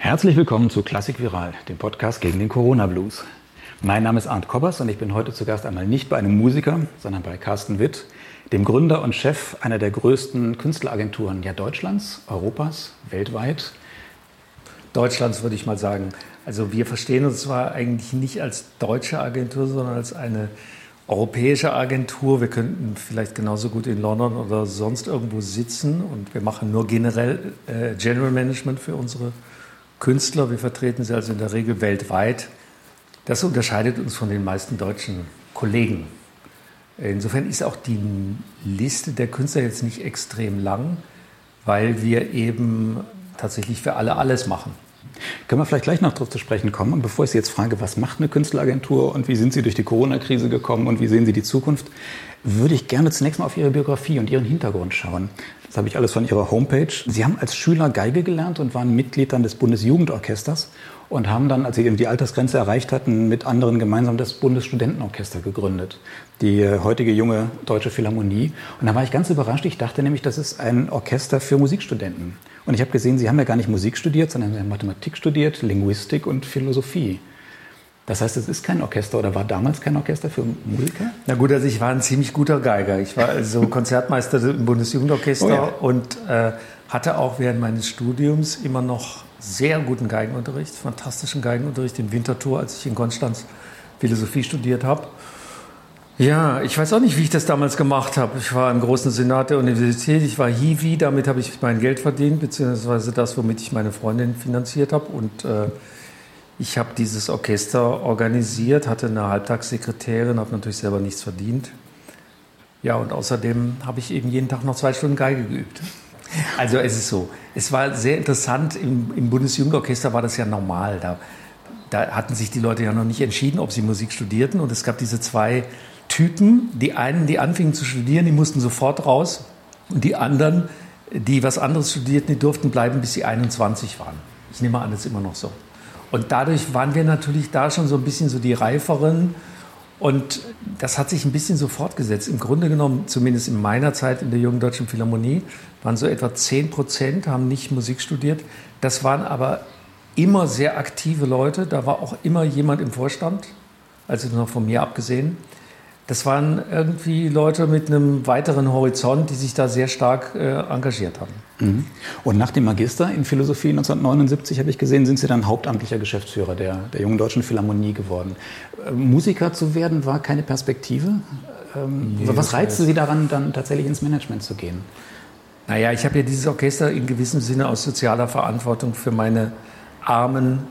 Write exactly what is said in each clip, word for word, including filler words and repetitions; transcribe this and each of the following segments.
Herzlich willkommen zu Klassik Viral, dem Podcast gegen den Corona-Blues. Mein Name ist Arndt Koppers und ich bin heute zu Gast einmal nicht bei einem Musiker, sondern bei Carsten Witt, dem Gründer und Chef einer der größten Künstleragenturen ja, Deutschlands, Europas, weltweit. Deutschlands würde ich mal sagen. Also wir verstehen uns zwar eigentlich nicht als deutsche Agentur, sondern als eine europäische Agentur. Wir könnten vielleicht genauso gut in London oder sonst irgendwo sitzen und wir machen nur generell äh, General Management für unsere Künstler. Wir vertreten sie also in der Regel weltweit. Das unterscheidet uns von den meisten deutschen Kollegen. Insofern ist auch die Liste der Künstler jetzt nicht extrem lang, weil wir eben tatsächlich für alle alles machen. Können wir vielleicht gleich noch darauf zu sprechen kommen. Und bevor ich Sie jetzt frage, was macht eine Künstleragentur und wie sind Sie durch die Corona-Krise gekommen und wie sehen Sie die Zukunft, würde ich gerne zunächst mal auf Ihre Biografie und Ihren Hintergrund schauen. Das habe ich alles von Ihrer Homepage. Sie haben als Schüler Geige gelernt und waren Mitglied dann des Bundesjugendorchesters und haben dann, als Sie eben die Altersgrenze erreicht hatten, mit anderen gemeinsam das Bundesstudentenorchester gegründet, die heutige junge Deutsche Philharmonie. Und da war ich ganz überrascht. Ich dachte nämlich, das ist ein Orchester für Musikstudenten. Und ich habe gesehen, Sie haben ja gar nicht Musik studiert, sondern Sie haben Mathematik studiert, Linguistik und Philosophie. Das heißt, es ist kein Orchester oder war damals kein Orchester für Musiker? Na gut, also ich war ein ziemlich guter Geiger. Ich war also Konzertmeister im Bundesjugendorchester oh ja. und äh, hatte auch während meines Studiums immer noch sehr guten Geigenunterricht, fantastischen Geigenunterricht im Winterthur, als ich in Konstanz Philosophie studiert habe. Ja, ich weiß auch nicht, wie ich das damals gemacht habe. Ich war im großen Senat der Universität, ich war Hiwi, damit habe ich mein Geld verdient, beziehungsweise das, womit ich meine Freundin finanziert habe. Und äh, ich habe dieses Orchester organisiert, hatte eine Halbtagssekretärin, habe natürlich selber nichts verdient. Ja, und außerdem habe ich eben jeden Tag noch zwei Stunden Geige geübt. Also es ist so, es war sehr interessant, im, im Bundesjugendorchester war das ja normal. Da, da hatten sich die Leute ja noch nicht entschieden, ob sie Musik studierten. Und es gab diese zwei Typen, die einen, die anfingen zu studieren, die mussten sofort raus. Und die anderen, die was anderes studierten, die durften bleiben, bis sie einundzwanzig waren. Ich nehme an, das ist immer noch so. Und dadurch waren wir natürlich da schon so ein bisschen so die Reiferen. Und das hat sich ein bisschen so fortgesetzt. Im Grunde genommen, zumindest in meiner Zeit in der Jungen Deutschen Philharmonie, waren so etwa zehn Prozent, haben nicht Musik studiert. Das waren aber immer sehr aktive Leute. Da war auch immer jemand im Vorstand, also noch von mir abgesehen. Das waren irgendwie Leute mit einem weiteren Horizont, die sich da sehr stark äh, engagiert haben. Mhm. Und nach dem Magister in Philosophie neunzehnhundertneunundsiebzig, habe ich gesehen, sind Sie dann hauptamtlicher Geschäftsführer der, der Jungen Deutschen Philharmonie geworden. Äh, Musiker zu werden war keine Perspektive. Ähm, nee, was reizte Sie daran, dann tatsächlich ins Management zu gehen? Naja, ich habe ja dieses Orchester in gewissem Sinne aus sozialer Verantwortung für meine armen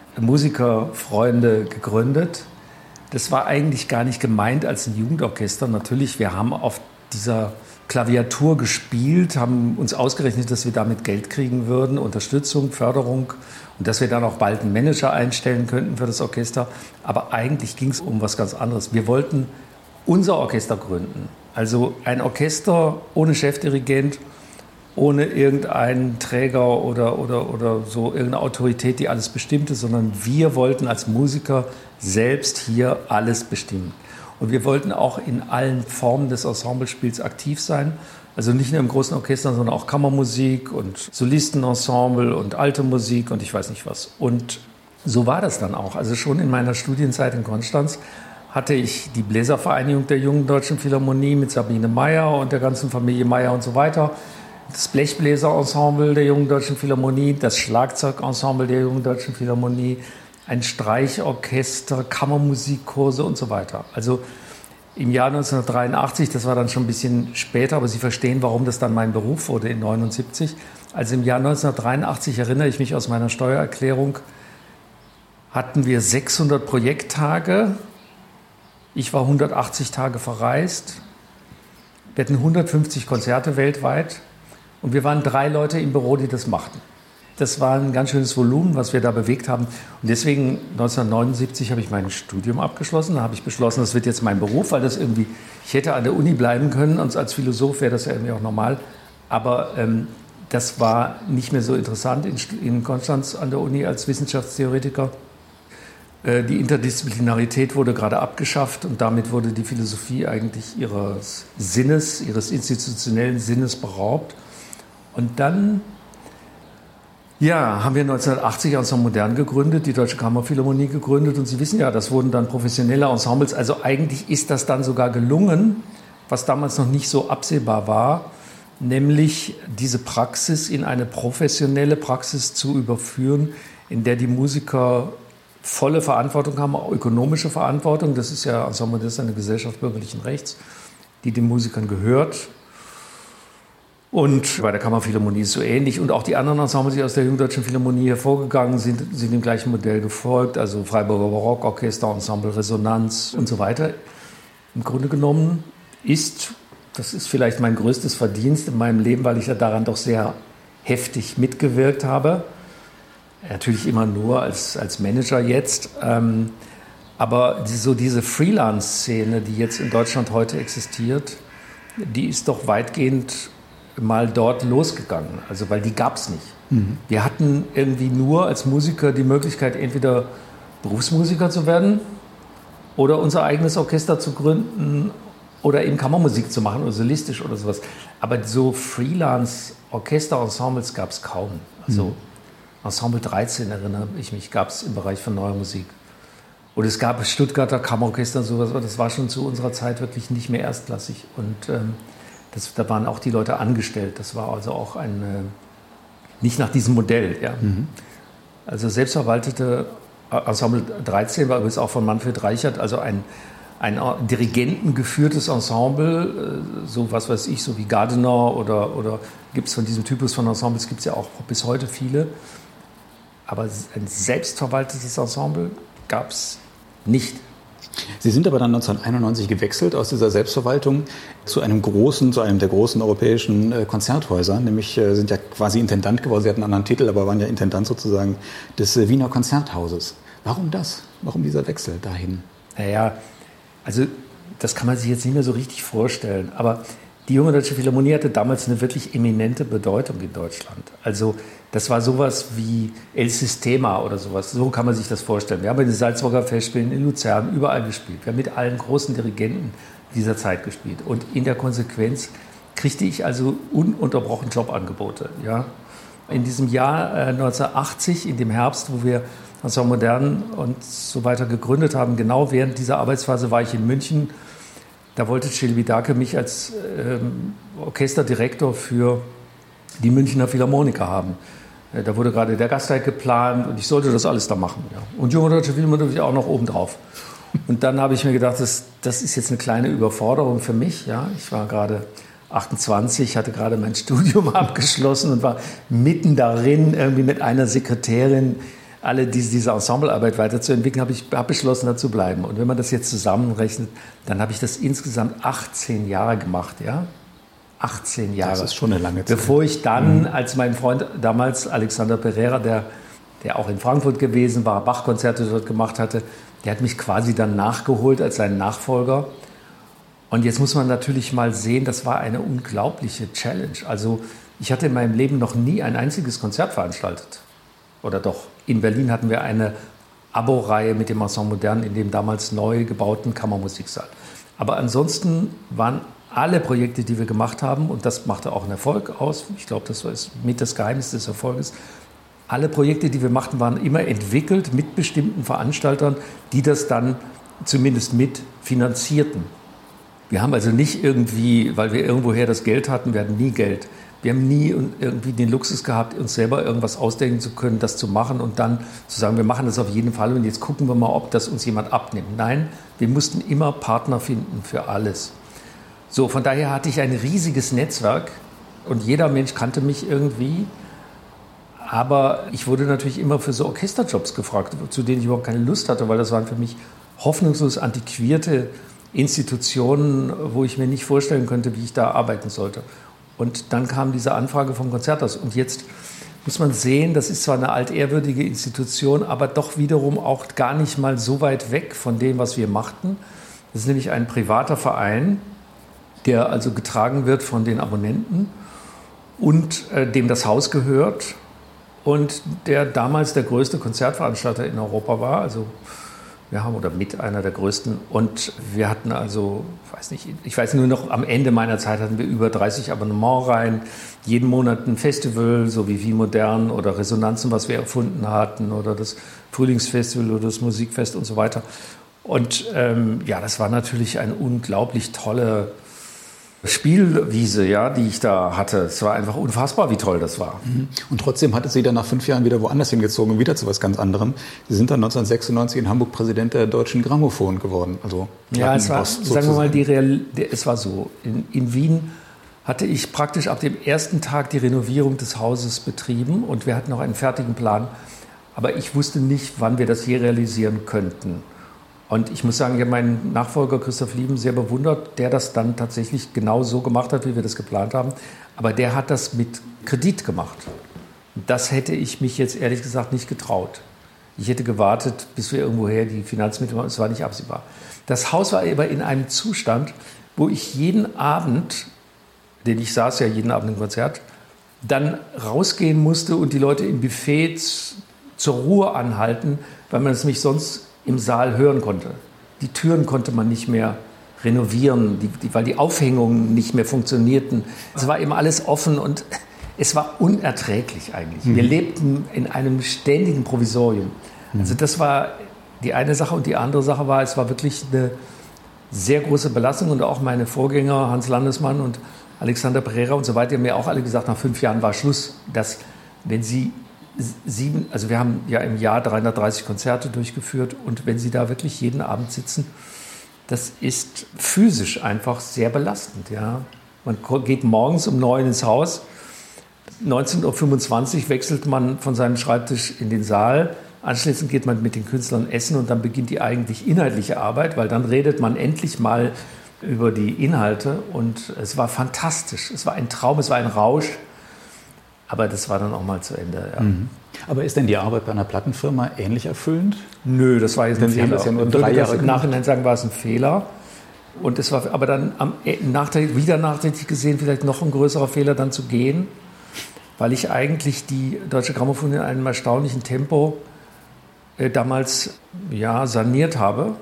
Musikerfreunde gegründet. Das war eigentlich gar nicht gemeint als ein Jugendorchester. Natürlich, wir haben auf dieser Klaviatur gespielt, haben uns ausgerechnet, dass wir damit Geld kriegen würden, Unterstützung, Förderung und dass wir dann auch bald einen Manager einstellen könnten für das Orchester. Aber eigentlich ging es um was ganz anderes. Wir wollten unser Orchester gründen. Also ein Orchester ohne Chefdirigent, ohne irgendeinen Träger oder, oder, oder so irgendeine Autorität, die alles bestimmte, sondern wir wollten als Musiker selbst hier alles bestimmen. Und wir wollten auch in allen Formen des Ensemblespiels aktiv sein. Also nicht nur im großen Orchester, sondern auch Kammermusik und Solistenensemble und alte Musik und ich weiß nicht was. Und so war das dann auch. Also schon in meiner Studienzeit in Konstanz hatte ich die Bläservereinigung der Jungen Deutschen Philharmonie mit Sabine Meyer und der ganzen Familie Meyer und so weiter. Das Blechbläserensemble der Jungen Deutschen Philharmonie, das Schlagzeugensemble der Jungen Deutschen Philharmonie, ein Streichorchester, Kammermusikkurse und so weiter. Also im Jahr neunzehnhundertdreiundachtzig, das war dann schon ein bisschen später, aber Sie verstehen, warum das dann mein Beruf wurde in neunundsiebzig. Also im Jahr neunzehnhundertdreiundachtzig, erinnere ich mich aus meiner Steuererklärung, hatten wir sechshundert Projekttage. Ich war hundertachtzig Tage verreist. Wir hatten hundertfünfzig Konzerte weltweit. Und wir waren drei Leute im Büro, die das machten. Das war ein ganz schönes Volumen, was wir da bewegt haben. Und deswegen neunzehnhundertneunundsiebzig habe ich mein Studium abgeschlossen. Da habe ich beschlossen, das wird jetzt mein Beruf, weil das irgendwie, ich hätte an der Uni bleiben können und als Philosoph wäre das ja irgendwie auch normal. Aber ähm, das war nicht mehr so interessant in, in Konstanz an der Uni als Wissenschaftstheoretiker. Äh, die Interdisziplinarität wurde gerade abgeschafft und damit wurde die Philosophie eigentlich ihres Sinnes, ihres institutionellen Sinnes beraubt. Und dann Ja, haben wir neunzehnhundertachtzig Ensemble Modern gegründet, die Deutsche Kammerphilharmonie gegründet und Sie wissen ja, das wurden dann professionelle Ensembles. Also eigentlich ist das dann sogar gelungen, was damals noch nicht so absehbar war, nämlich diese Praxis in eine professionelle Praxis zu überführen, in der die Musiker volle Verantwortung haben, auch ökonomische Verantwortung. Das ist ja, Ensemble Modern ist eine Gesellschaft bürgerlichen Rechts, die den Musikern gehört. Und bei der Kammerphilharmonie ist es so ähnlich. Und auch die anderen Ensembles, die aus der Jungdeutschen Philharmonie hervorgegangen sind, sind dem gleichen Modell gefolgt. Also Freiburger Barockorchester, Ensemble Resonanz und so weiter. Im Grunde genommen ist, das ist vielleicht mein größtes Verdienst in meinem Leben, weil ich ja daran doch sehr heftig mitgewirkt habe. Natürlich immer nur als, als Manager jetzt. Ähm, aber so diese Freelance-Szene, die jetzt in Deutschland heute existiert, die ist doch weitgehend mal dort losgegangen, also weil die gab es nicht. Mhm. Wir hatten irgendwie nur als Musiker die Möglichkeit, entweder Berufsmusiker zu werden oder unser eigenes Orchester zu gründen oder eben Kammermusik zu machen oder solistisch oder sowas. Aber so Freelance-Orchester-Ensembles gab es kaum. Also mhm. Ensemble dreizehn, erinnere ich mich, gab es im Bereich von neuer Musik. Und es gab Stuttgarter Kammerorchester und sowas, aber das war schon zu unserer Zeit wirklich nicht mehr erstklassig. Und ähm, Das, da waren auch die Leute angestellt. Das war also auch ein, äh, nicht nach diesem Modell. Ja. Mhm. Also selbstverwaltete Ensemble dreizehn war übrigens auch von Manfred Reichert, also ein, ein dirigentengeführtes Ensemble, äh, so was weiß ich, so wie Gardiner oder, oder gibt es von diesem Typus von Ensembles, gibt es ja auch bis heute viele. Aber ein selbstverwaltetes Ensemble gab es nicht. Sie sind aber dann neunzehnhunderteinundneunzig gewechselt aus dieser Selbstverwaltung zu einem großen, zu einem der großen europäischen äh, Konzerthäuser, nämlich äh, sind ja quasi Intendant geworden. Sie hatten einen anderen Titel, aber waren ja Intendant sozusagen des äh, Wiener Konzerthauses. Warum das? Warum dieser Wechsel dahin? Naja, also das kann man sich jetzt nicht mehr so richtig vorstellen, aber die Junge Deutsche Philharmonie hatte damals eine wirklich eminente Bedeutung in Deutschland. Also das war sowas wie El Sistema oder sowas. So kann man sich das vorstellen. Wir haben in den Salzburger Festspielen, in Luzern, überall gespielt. Wir haben mit allen großen Dirigenten dieser Zeit gespielt. Und in der Konsequenz kriegte ich also ununterbrochen Jobangebote. Ja. In diesem Jahr äh, neunzehnhundertachtzig, in dem Herbst, wo wir Ensemble Modern und so weiter gegründet haben, genau während dieser Arbeitsphase war ich in München. Da wollte Celibidache mich als ähm, Orchesterdirektor für die Münchner Philharmoniker haben. Äh, da wurde gerade der Gasteig geplant und ich sollte das alles da machen. Ja. Und Junge Deutsche Philharmonie auch noch obendrauf. Und dann habe ich mir gedacht, das, das ist jetzt eine kleine Überforderung für mich. Ja. Ich war gerade achtundzwanzig, hatte gerade mein Studium abgeschlossen und war mitten darin, irgendwie mit einer Sekretärin alle diese, diese Ensemblearbeit weiterzuentwickeln, habe ich hab beschlossen, da zu bleiben. Und wenn man das jetzt zusammenrechnet, dann habe ich das insgesamt achtzehn Jahre gemacht. Ja? achtzehn Jahre. Das ist schon eine lange Zeit. Bevor ich dann, mhm. als mein Freund damals, Alexander Pereira, der, der auch in Frankfurt gewesen war, Bach-Konzerte dort gemacht hatte, der hat mich quasi dann nachgeholt als seinen Nachfolger. Und jetzt muss man natürlich mal sehen, das war eine unglaubliche Challenge. Also ich hatte in meinem Leben noch nie ein einziges Konzert veranstaltet. Oder doch, in Berlin hatten wir eine Abo-Reihe mit dem Ensemble Modern in dem damals neu gebauten Kammermusiksaal. Aber ansonsten waren alle Projekte, die wir gemacht haben, und das machte auch einen Erfolg aus, ich glaube, das war mit das Geheimnis des Erfolges, alle Projekte, die wir machten, waren immer entwickelt mit bestimmten Veranstaltern, die das dann zumindest mit finanzierten. Wir haben also nicht irgendwie, weil wir irgendwoher das Geld hatten, wir hatten nie Geld. Wir haben nie irgendwie den Luxus gehabt, uns selber irgendwas ausdenken zu können, das zu machen und dann zu sagen, wir machen das auf jeden Fall und jetzt gucken wir mal, ob das uns jemand abnimmt. Nein, wir mussten immer Partner finden für alles. So, von daher hatte ich ein riesiges Netzwerk und jeder Mensch kannte mich irgendwie. Aber ich wurde natürlich immer für so Orchesterjobs gefragt, zu denen ich überhaupt keine Lust hatte, weil das waren für mich hoffnungslos antiquierte Institutionen, wo ich mir nicht vorstellen könnte, wie ich da arbeiten sollte. Und dann kam diese Anfrage vom Konzerthaus. Und jetzt muss man sehen, das ist zwar eine altehrwürdige Institution, aber doch wiederum auch gar nicht mal so weit weg von dem, was wir machten. Das ist nämlich ein privater Verein, der also getragen wird von den Abonnenten und äh, dem das Haus gehört und der damals der größte Konzertveranstalter in Europa war. Also wir haben oder mit einer der größten. Und wir hatten also, weiß nicht, ich weiß nur noch, am Ende meiner Zeit hatten wir über dreißig Abonnementreihen, jeden Monat ein Festival, so wie Wien Modern oder Resonanzen, was wir erfunden hatten, oder das Frühlingsfestival oder das Musikfest und so weiter. Und ähm, ja, das war natürlich eine unglaublich tolle Spielwiese, ja, die ich da hatte. Es war einfach unfassbar, wie toll das war. Und trotzdem hatte sie dann nach fünf Jahren wieder woanders hingezogen und wieder zu was ganz anderem. Sie sind dann neunzehnhundertsechsundneunzig in Hamburg Präsident der Deutschen Grammophon geworden. Also ja, es war, sagen wir mal, die Real, es war so. In, in Wien hatte ich praktisch ab dem ersten Tag die Renovierung des Hauses betrieben und wir hatten noch einen fertigen Plan. Aber ich wusste nicht, wann wir das je realisieren könnten. Und ich muss sagen, ich habe meinen Nachfolger Christoph Lieben sehr bewundert, der das dann tatsächlich genau so gemacht hat, wie wir das geplant haben. Aber der hat das mit Kredit gemacht. Das hätte ich mich jetzt ehrlich gesagt nicht getraut. Ich hätte gewartet, bis wir irgendwoher die Finanzmittel haben. Es war nicht absehbar. Das Haus war aber in einem Zustand, wo ich jeden Abend, denn ich saß ja jeden Abend im Konzert, dann rausgehen musste und die Leute im Buffet zur Ruhe anhalten, weil man es mich sonst im Saal hören konnte. Die Türen konnte man nicht mehr renovieren, die, die, weil die Aufhängungen nicht mehr funktionierten. Es war eben alles offen und es war unerträglich eigentlich. Mhm. Wir lebten in einem ständigen Provisorium. Mhm. Also das war die eine Sache und die andere Sache war, es war wirklich eine sehr große Belastung und auch meine Vorgänger Hans Landesmann und Alexander Pereira und so weiter, die haben mir auch alle gesagt, nach fünf Jahren war Schluss, dass wenn sie Sieben, also wir haben ja im Jahr dreihundertdreißig Konzerte durchgeführt und wenn Sie da wirklich jeden Abend sitzen, das ist physisch einfach sehr belastend. Ja. Man geht morgens um neun ins Haus, neunzehn Uhr fünfundzwanzig wechselt man von seinem Schreibtisch in den Saal, anschließend geht man mit den Künstlern essen und dann beginnt die eigentlich inhaltliche Arbeit, weil dann redet man endlich mal über die Inhalte und es war fantastisch, es war ein Traum, es war ein Rausch. Aber das war dann auch mal zu Ende. Ja. Mhm. Aber ist denn die Arbeit bei einer Plattenfirma ähnlich erfüllend? Nö, das war jetzt ein Denn Fehler. Sie haben das ja nur ich drei würde Jahre das im Nachhinein sagen, war es ein Fehler. Und es war aber dann am, nachträglich, wieder nachträglich gesehen, vielleicht noch ein größerer Fehler, dann zu gehen, weil ich eigentlich die Deutsche Grammophon in einem erstaunlichen Tempo äh, damals ja, saniert habe.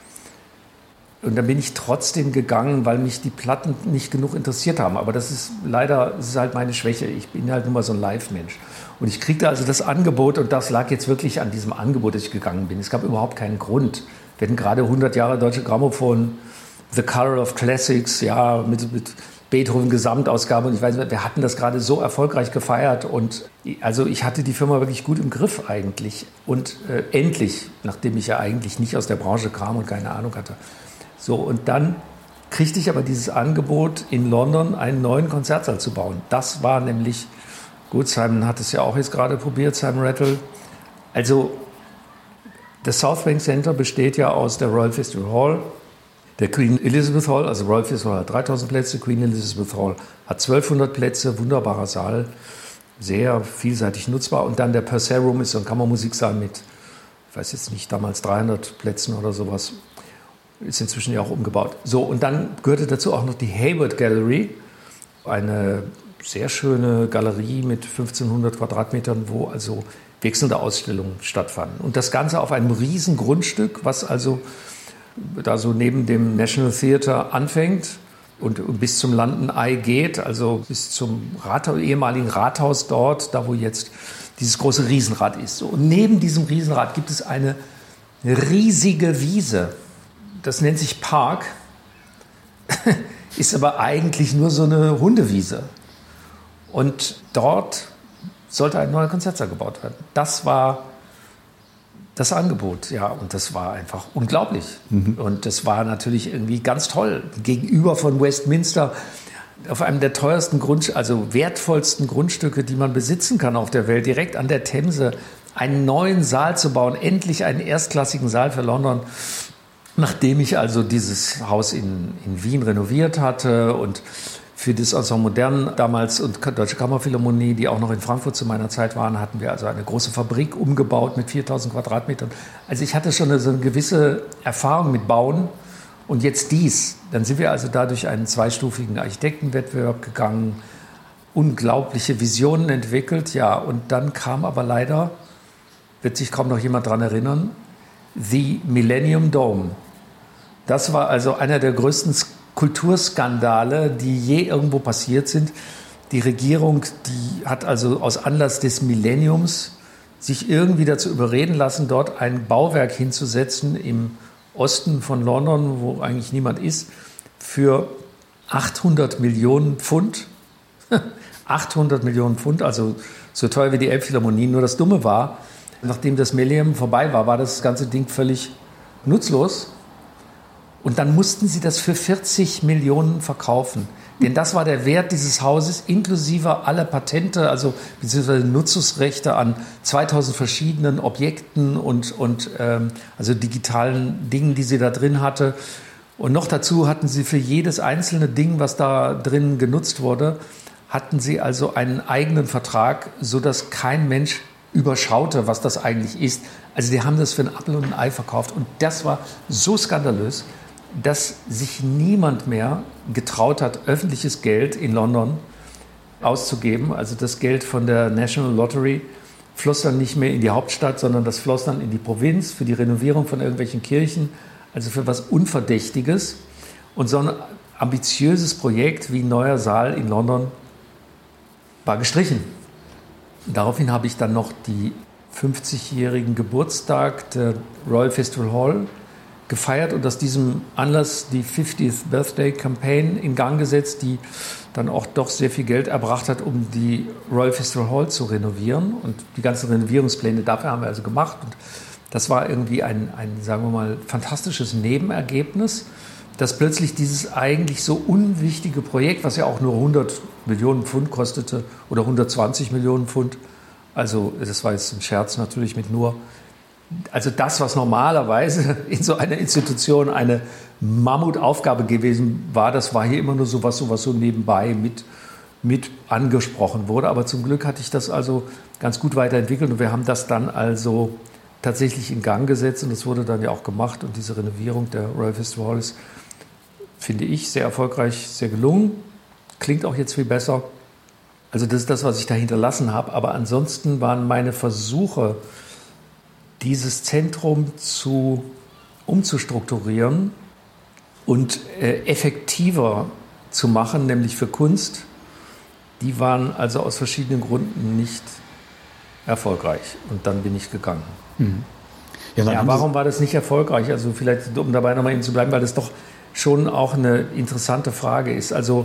Und dann bin ich trotzdem gegangen, weil mich die Platten nicht genug interessiert haben. Aber das ist leider, das ist halt meine Schwäche. Ich bin halt nur mal so ein Live-Mensch. Und ich kriegte also das Angebot, und das lag jetzt wirklich an diesem Angebot, dass ich gegangen bin. Es gab überhaupt keinen Grund. Wir hatten gerade hundert Jahre Deutsche Grammophon, The Color of Classics, ja, mit, mit Beethoven-Gesamtausgabe. Und ich weiß nicht, wir hatten das gerade so erfolgreich gefeiert. Und also ich hatte die Firma wirklich gut im Griff eigentlich. Und äh, endlich, nachdem ich ja eigentlich nicht aus der Branche kam und keine Ahnung hatte, so, und dann kriegte ich aber dieses Angebot, in London einen neuen Konzertsaal zu bauen. Das war nämlich, gut, Simon hat es ja auch jetzt gerade probiert, Simon Rattle. Also, das South Bank Center besteht ja aus der Royal Festival Hall, der Queen Elizabeth Hall, also Royal Festival Hall hat dreitausend Plätze, Queen Elizabeth Hall hat zwölfhundert Plätze, wunderbarer Saal, sehr vielseitig nutzbar. Und dann der Purcell Room ist so ein Kammermusiksaal mit, ich weiß jetzt nicht, damals dreihundert Plätzen oder sowas. Ist inzwischen ja auch umgebaut. So, und dann gehörte dazu auch noch die Hayward Gallery, eine sehr schöne Galerie mit fünfzehnhundert Quadratmetern, wo also wechselnde Ausstellungen stattfanden. Und das Ganze auf einem riesen Grundstück, was also da so neben dem National Theatre anfängt und bis zum London Eye geht, also bis zum Rathaus, ehemaligen Rathaus dort, da wo jetzt dieses große Riesenrad ist. So, und neben diesem Riesenrad gibt es eine riesige Wiese. Das nennt sich Park, ist aber eigentlich nur so eine Hundewiese. Und dort sollte ein neuer Konzertsaal gebaut werden. Das war das Angebot, ja, und das war einfach unglaublich. Mhm. Und das war natürlich irgendwie ganz toll. Gegenüber von Westminster, auf einem der teuersten Grund, also wertvollsten Grundstücke, die man besitzen kann auf der Welt, direkt an der Themse, einen neuen Saal zu bauen, endlich einen erstklassigen Saal für London. Nachdem ich also dieses Haus in, in Wien renoviert hatte und für das Ensemble Modern damals und Deutsche Kammerphilharmonie, die auch noch in Frankfurt zu meiner Zeit waren, hatten wir also eine große Fabrik umgebaut mit viertausend Quadratmetern. Also ich hatte schon eine, so eine gewisse Erfahrung mit Bauen und jetzt dies. Dann sind wir also da durch einen zweistufigen Architektenwettbewerb gegangen, unglaubliche Visionen entwickelt, ja, und dann kam aber leider, wird sich kaum noch jemand daran erinnern, The Millennium Dome. Das war also einer der größten Kulturskandale, die je irgendwo passiert sind. Die Regierung, die hat also aus Anlass des Millenniums sich irgendwie dazu überreden lassen, dort ein Bauwerk hinzusetzen im Osten von London, wo eigentlich niemand ist, für achthundert Millionen Pfund. achthundert Millionen Pfund, also so teuer wie die Elbphilharmonie. Nur das Dumme war, nachdem das Millennium vorbei war, war das ganze Ding völlig nutzlos. Und dann mussten sie das für vierzig Millionen verkaufen. Denn das war der Wert dieses Hauses, inklusive aller Patente, also beziehungsweise Nutzungsrechte an zweitausend verschiedenen Objekten und, und ähm, also digitalen Dingen, die sie da drin hatte. Und noch dazu hatten sie für jedes einzelne Ding, was da drin genutzt wurde, hatten sie also einen eigenen Vertrag, sodass kein Mensch überschaute, was das eigentlich ist. Also die haben das für ein Apfel und ein Ei verkauft. Und das war so skandalös, dass sich niemand mehr getraut hat, öffentliches Geld in London auszugeben. Also das Geld von der National Lottery floss dann nicht mehr in die Hauptstadt, sondern das floss dann in die Provinz für die Renovierung von irgendwelchen Kirchen, also für was Unverdächtiges. Und so ein ambitiöses Projekt wie ein neuer Saal in London war gestrichen. Daraufhin habe ich dann noch die fünfzigjährigen Geburtstag der Royal Festival Hall gefeiert und aus diesem Anlass die fiftieth Birthday Campaign in Gang gesetzt, die dann auch doch sehr viel Geld erbracht hat, um die Royal Festival Hall zu renovieren. Und die ganzen Renovierungspläne dafür haben wir also gemacht. Und das war irgendwie ein, ein, sagen wir mal, fantastisches Nebenergebnis, dass plötzlich dieses eigentlich so unwichtige Projekt, was ja auch nur hundert Millionen Pfund kostete oder hundertzwanzig Millionen Pfund, also das war jetzt ein Scherz natürlich mit nur, also das, was normalerweise in so einer Institution eine Mammutaufgabe gewesen war, das war hier immer nur so was, so was so nebenbei mit, mit angesprochen wurde. Aber zum Glück hatte ich das also ganz gut weiterentwickelt und wir haben das dann also tatsächlich in Gang gesetzt und das wurde dann ja auch gemacht. Und diese Renovierung der Royal Festival Hall ist, finde ich, sehr erfolgreich, sehr gelungen. Klingt auch jetzt viel besser. Also das ist das, was ich da hinterlassen habe. Aber ansonsten waren meine Versuche, dieses Zentrum zu, umzustrukturieren und äh, effektiver zu machen, nämlich für Kunst, die waren also aus verschiedenen Gründen nicht erfolgreich. Und dann bin ich gegangen. Mhm. Ja, ja, warum war das nicht erfolgreich? Also vielleicht, um dabei nochmal eben zu bleiben, weil das doch schon auch eine interessante Frage ist. Also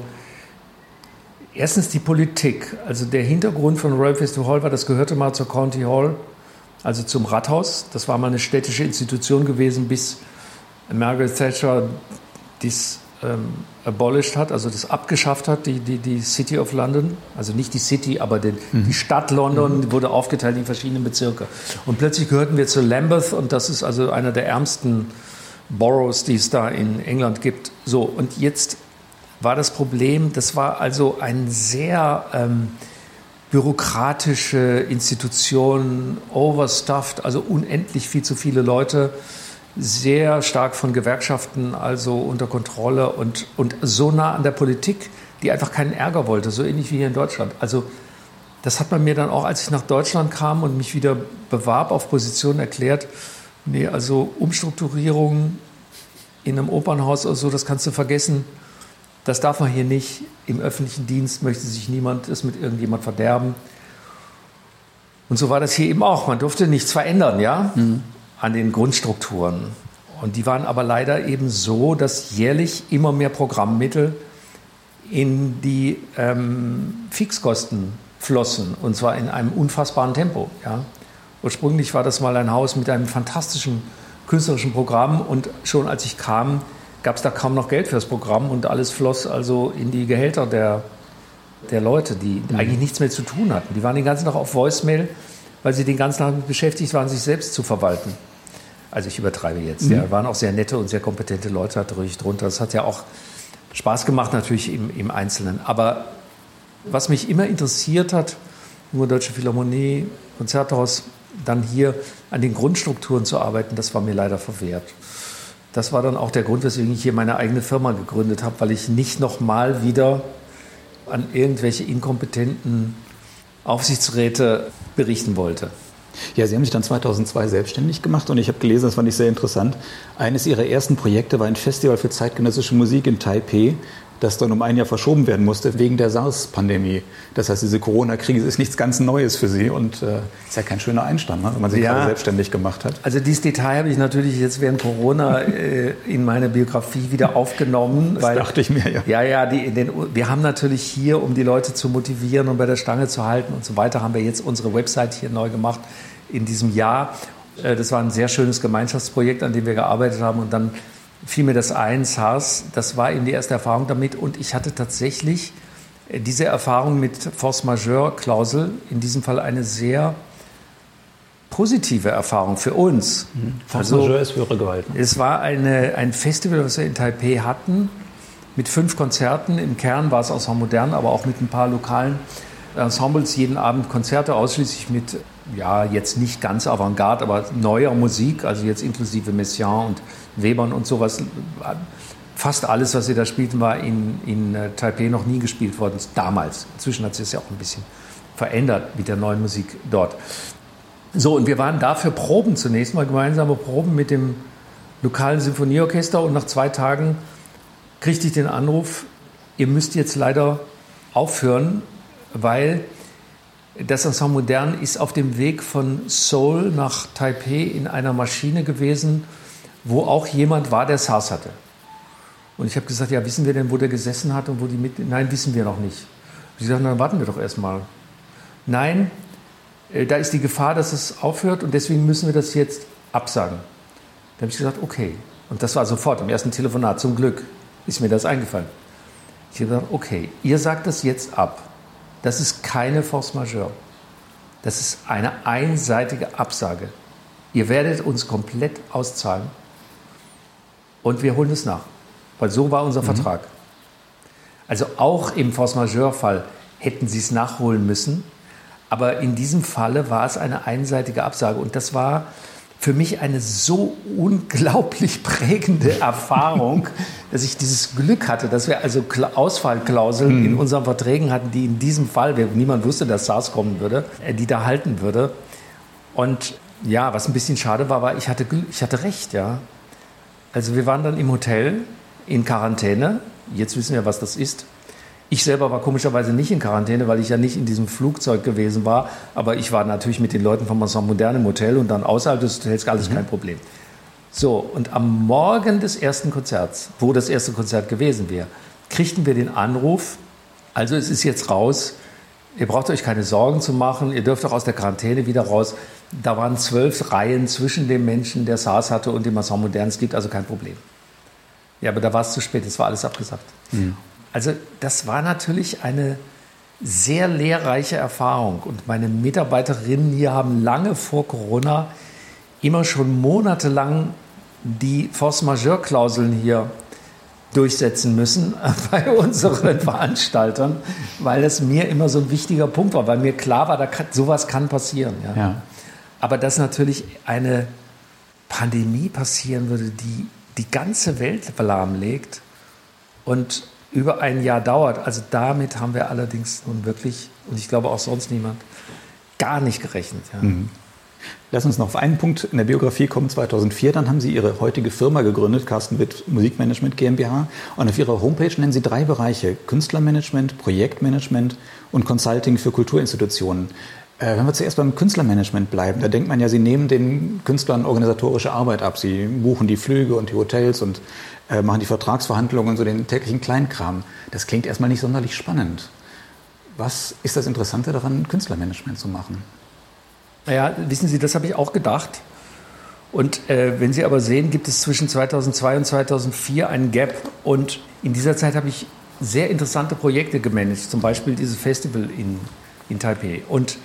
erstens die Politik. Also der Hintergrund von Royal Festival Hall war, das gehörte mal zur County Hall, also zum Rathaus. Das war mal eine städtische Institution gewesen, bis Margaret Thatcher dies ähm, abolished hat, also das abgeschafft hat, die, die, die City of London. Also nicht die City, aber den, mhm. die Stadt London mhm. wurde aufgeteilt in verschiedene Bezirke. Und plötzlich gehörten wir zu Lambeth und das ist also einer der ärmsten Boroughs, die es da in England gibt. So, und jetzt war das Problem, das war also ein sehr ähm, bürokratische Institution, overstuffed, also unendlich viel zu viele Leute, sehr stark von Gewerkschaften also unter Kontrolle und, und so nah an der Politik, die einfach keinen Ärger wollte, so ähnlich wie hier in Deutschland. Also das hat man mir dann auch, als ich nach Deutschland kam und mich wieder bewarb auf Positionen erklärt, nee, also Umstrukturierung in einem Opernhaus oder so, das kannst du vergessen. Das darf man hier nicht. Im öffentlichen Dienst möchte sich niemand es mit irgendjemand verderben. Und so war das hier eben auch. Man durfte nichts verändern, ja, mhm. an den Grundstrukturen. Und die waren aber leider eben so, dass jährlich immer mehr Programmmittel in die ähm, Fixkosten flossen. Und zwar in einem unfassbaren Tempo, ja. Ursprünglich war das mal ein Haus mit einem fantastischen künstlerischen Programm. Und schon als ich kam, gab es da kaum noch Geld für das Programm und alles floss also in die Gehälter der, der Leute, die mhm. eigentlich nichts mehr zu tun hatten. Die waren den ganzen Tag auf Voicemail, weil sie den ganzen Tag beschäftigt waren, sich selbst zu verwalten. Also ich übertreibe jetzt. Mhm. Ja, waren auch sehr nette und sehr kompetente Leute natürlich drunter. Das hat ja auch Spaß gemacht natürlich im, im Einzelnen. Aber was mich immer interessiert hat, nur Deutsche Philharmonie, Konzerthaus, dann hier an den Grundstrukturen zu arbeiten, das war mir leider verwehrt. Das war dann auch der Grund, weswegen ich hier meine eigene Firma gegründet habe, weil ich nicht nochmal wieder an irgendwelche inkompetenten Aufsichtsräte berichten wollte. Ja, Sie haben sich dann zweitausendzwei selbstständig gemacht und ich habe gelesen, das fand ich sehr interessant. Eines Ihrer ersten Projekte war ein Festival für zeitgenössische Musik in Taipei, das dann um ein Jahr verschoben werden musste wegen der SARS-Pandemie. Das heißt, diese Corona-Krise ist nichts ganz Neues für Sie und äh, ist ja kein schöner Einstand, ne, wenn man sich ja gerade selbstständig gemacht hat. Also dieses Detail habe ich natürlich jetzt während Corona äh, in meine Biografie wieder aufgenommen. Das weil, dachte ich mir, ja. Ja, ja, die, den, wir haben natürlich hier, um die Leute zu motivieren und bei der Stange zu halten und so weiter, haben wir jetzt unsere Website hier neu gemacht in diesem Jahr. Äh, das war ein sehr schönes Gemeinschaftsprojekt, an dem wir gearbeitet haben und dann fiel mir das ein, SARS, das war eben die erste Erfahrung damit und ich hatte tatsächlich diese Erfahrung mit Force-Majeure-Klausel, in diesem Fall eine sehr positive Erfahrung für uns. Mhm. Force-Majeure ist höhere Gewalt. Ne? Es war eine, ein Festival, was wir in Taipei hatten, mit fünf Konzerten. Im Kern war es Ensemble Modern, aber auch mit ein paar lokalen Ensembles. Jeden Abend Konzerte, ausschließlich mit, ja, jetzt nicht ganz Avantgarde, aber neuer Musik, also jetzt inklusive Messiaen und Webern und sowas. Fast alles, was sie da spielten, war in, in Taipei noch nie gespielt worden, damals. Inzwischen hat sich das ja auch ein bisschen verändert mit der neuen Musik dort. So, und wir waren da für Proben zunächst mal, gemeinsame Proben mit dem lokalen Sinfonieorchester und nach zwei Tagen kriegte ich den Anruf, ihr müsst jetzt leider aufhören, weil das Ensemble Modern ist auf dem Weg von Seoul nach Taipei in einer Maschine gewesen, wo auch jemand war, der SARS hatte. Und ich habe gesagt, ja, wissen wir denn, wo der gesessen hat und wo die mit... Nein, wissen wir noch nicht. Und sie sagten, dann warten wir doch erst mal. Nein, äh, da ist die Gefahr, dass es aufhört und deswegen müssen wir das jetzt absagen. Da habe ich gesagt, okay. Und das war sofort im ersten Telefonat, zum Glück ist mir das eingefallen. Ich habe gesagt, okay, ihr sagt das jetzt ab. Das ist keine Force Majeure. Das ist eine einseitige Absage. Ihr werdet uns komplett auszahlen und wir holen es nach. Weil so war unser mhm. Vertrag. Also auch im Force Majeure-Fall hätten sie es nachholen müssen. Aber in diesem Falle war es eine einseitige Absage. Und das war für mich eine so unglaublich prägende Erfahrung, dass ich dieses Glück hatte, dass wir also Ausfallklauseln mhm. in unseren Verträgen hatten, die in diesem Fall, niemand wusste, dass SARS kommen würde, die da halten würde. Und ja, was ein bisschen schade war, war, ich hatte, ich hatte recht, ja. Also wir waren dann im Hotel in Quarantäne. Jetzt wissen wir, was das ist. Ich selber war komischerweise nicht in Quarantäne, weil ich ja nicht in diesem Flugzeug gewesen war. Aber ich war natürlich mit den Leuten vom Ensemble Modern im Hotel und dann außerhalb des Hotels, alles mhm. kein Problem. So, und am Morgen des ersten Konzerts, wo das erste Konzert gewesen wäre, kriegten wir den Anruf, also es ist jetzt raus, ihr braucht euch keine Sorgen zu machen, ihr dürft auch aus der Quarantäne wieder raus. Da waren zwölf Reihen zwischen dem Menschen, der SARS hatte, und dem Ensemble Modern. Es gibt also kein Problem. Ja, aber da war es zu spät, es war alles abgesagt. Mhm. Also das war natürlich eine sehr lehrreiche Erfahrung. Und meine Mitarbeiterinnen hier haben lange vor Corona immer schon monatelang die Force-Majeure-Klauseln hier durchsetzen müssen bei unseren Veranstaltern, weil das mir immer so ein wichtiger Punkt war, weil mir klar war, da kann, sowas kann passieren. Ja. Ja. Aber dass natürlich eine Pandemie passieren würde, die die ganze Welt lahmlegt und über ein Jahr dauert, also damit haben wir allerdings nun wirklich, und ich glaube auch sonst niemand, gar nicht gerechnet. Ja. Mhm. Lass uns noch auf einen Punkt in der Biografie kommen. zweitausendvier, dann haben Sie Ihre heutige Firma gegründet, Carsten Witt Musikmanagement GmbH. Und auf Ihrer Homepage nennen Sie drei Bereiche: Künstlermanagement, Projektmanagement und Consulting für Kulturinstitutionen. Äh, wenn wir zuerst beim Künstlermanagement bleiben, da denkt man ja, Sie nehmen den Künstlern organisatorische Arbeit ab. Sie buchen die Flüge und die Hotels und äh, machen die Vertragsverhandlungen und so den täglichen Kleinkram. Das klingt erstmal nicht sonderlich spannend. Was ist das Interessante daran, Künstlermanagement zu machen? Ja, wissen Sie, das habe ich auch gedacht. Und äh, wenn Sie aber sehen, gibt es zwischen zweitausendzwei und zweitausendvier einen Gap. Und in dieser Zeit habe ich sehr interessante Projekte gemanagt, zum Beispiel dieses Festival in, in Taipei. Und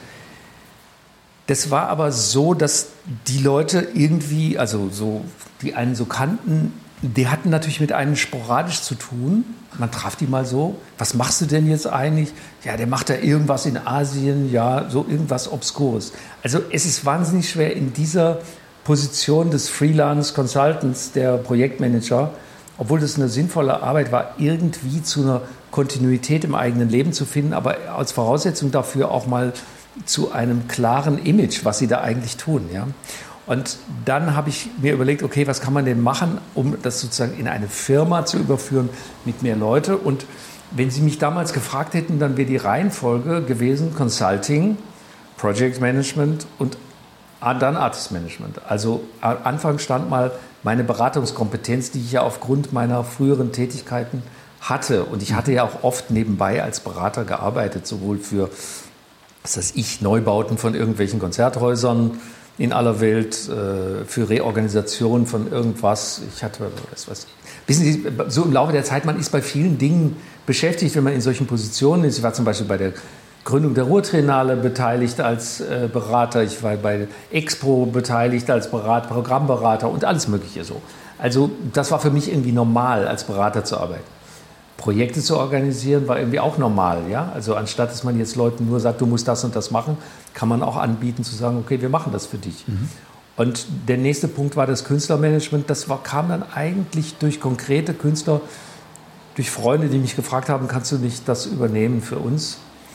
das war aber so, dass die Leute irgendwie, also so, die einen so kannten, die hatten natürlich mit einem sporadisch zu tun. Man traf die mal so. Was machst du denn jetzt eigentlich? Ja, der macht da irgendwas in Asien, ja, so irgendwas Obskures. Also es ist wahnsinnig schwer, in dieser Position des Freelance Consultants, der Projektmanager, obwohl das eine sinnvolle Arbeit war, irgendwie zu einer Kontinuität im eigenen Leben zu finden, aber als Voraussetzung dafür auch mal zu einem klaren Image, was sie da eigentlich tun. Ja? Und dann habe ich mir überlegt, okay, was kann man denn machen, um das sozusagen in eine Firma zu überführen mit mehr Leute. Und wenn Sie mich damals gefragt hätten, dann wäre die Reihenfolge gewesen Consulting, Project Management und dann Artist Management. Also am Anfang stand mal meine Beratungskompetenz, die ich ja aufgrund meiner früheren Tätigkeiten hatte. Und ich hatte ja auch oft nebenbei als Berater gearbeitet, sowohl für, was weiß ich, Neubauten von irgendwelchen Konzerthäusern in aller Welt, für Reorganisation von irgendwas. Ich hatte, was weiß ich. Wissen Sie, so im Laufe der Zeit, man ist bei vielen Dingen beschäftigt, wenn man in solchen Positionen ist. Ich war zum Beispiel bei der Gründung der Ruhrtriennale beteiligt als äh, Berater. Ich war bei Expo beteiligt als Berat, Programmberater und alles Mögliche so. Also das war für mich irgendwie normal, als Berater zu arbeiten. Projekte zu organisieren war irgendwie auch normal. Ja? Also anstatt, dass man jetzt Leuten nur sagt, du musst das und das machen, kann man auch anbieten zu sagen, okay, wir machen das für dich. Mhm. Und der nächste Punkt war das Künstlermanagement. Das war, kam dann eigentlich durch konkrete Künstler, durch Freunde, die mich gefragt haben, kannst du nicht das übernehmen für uns?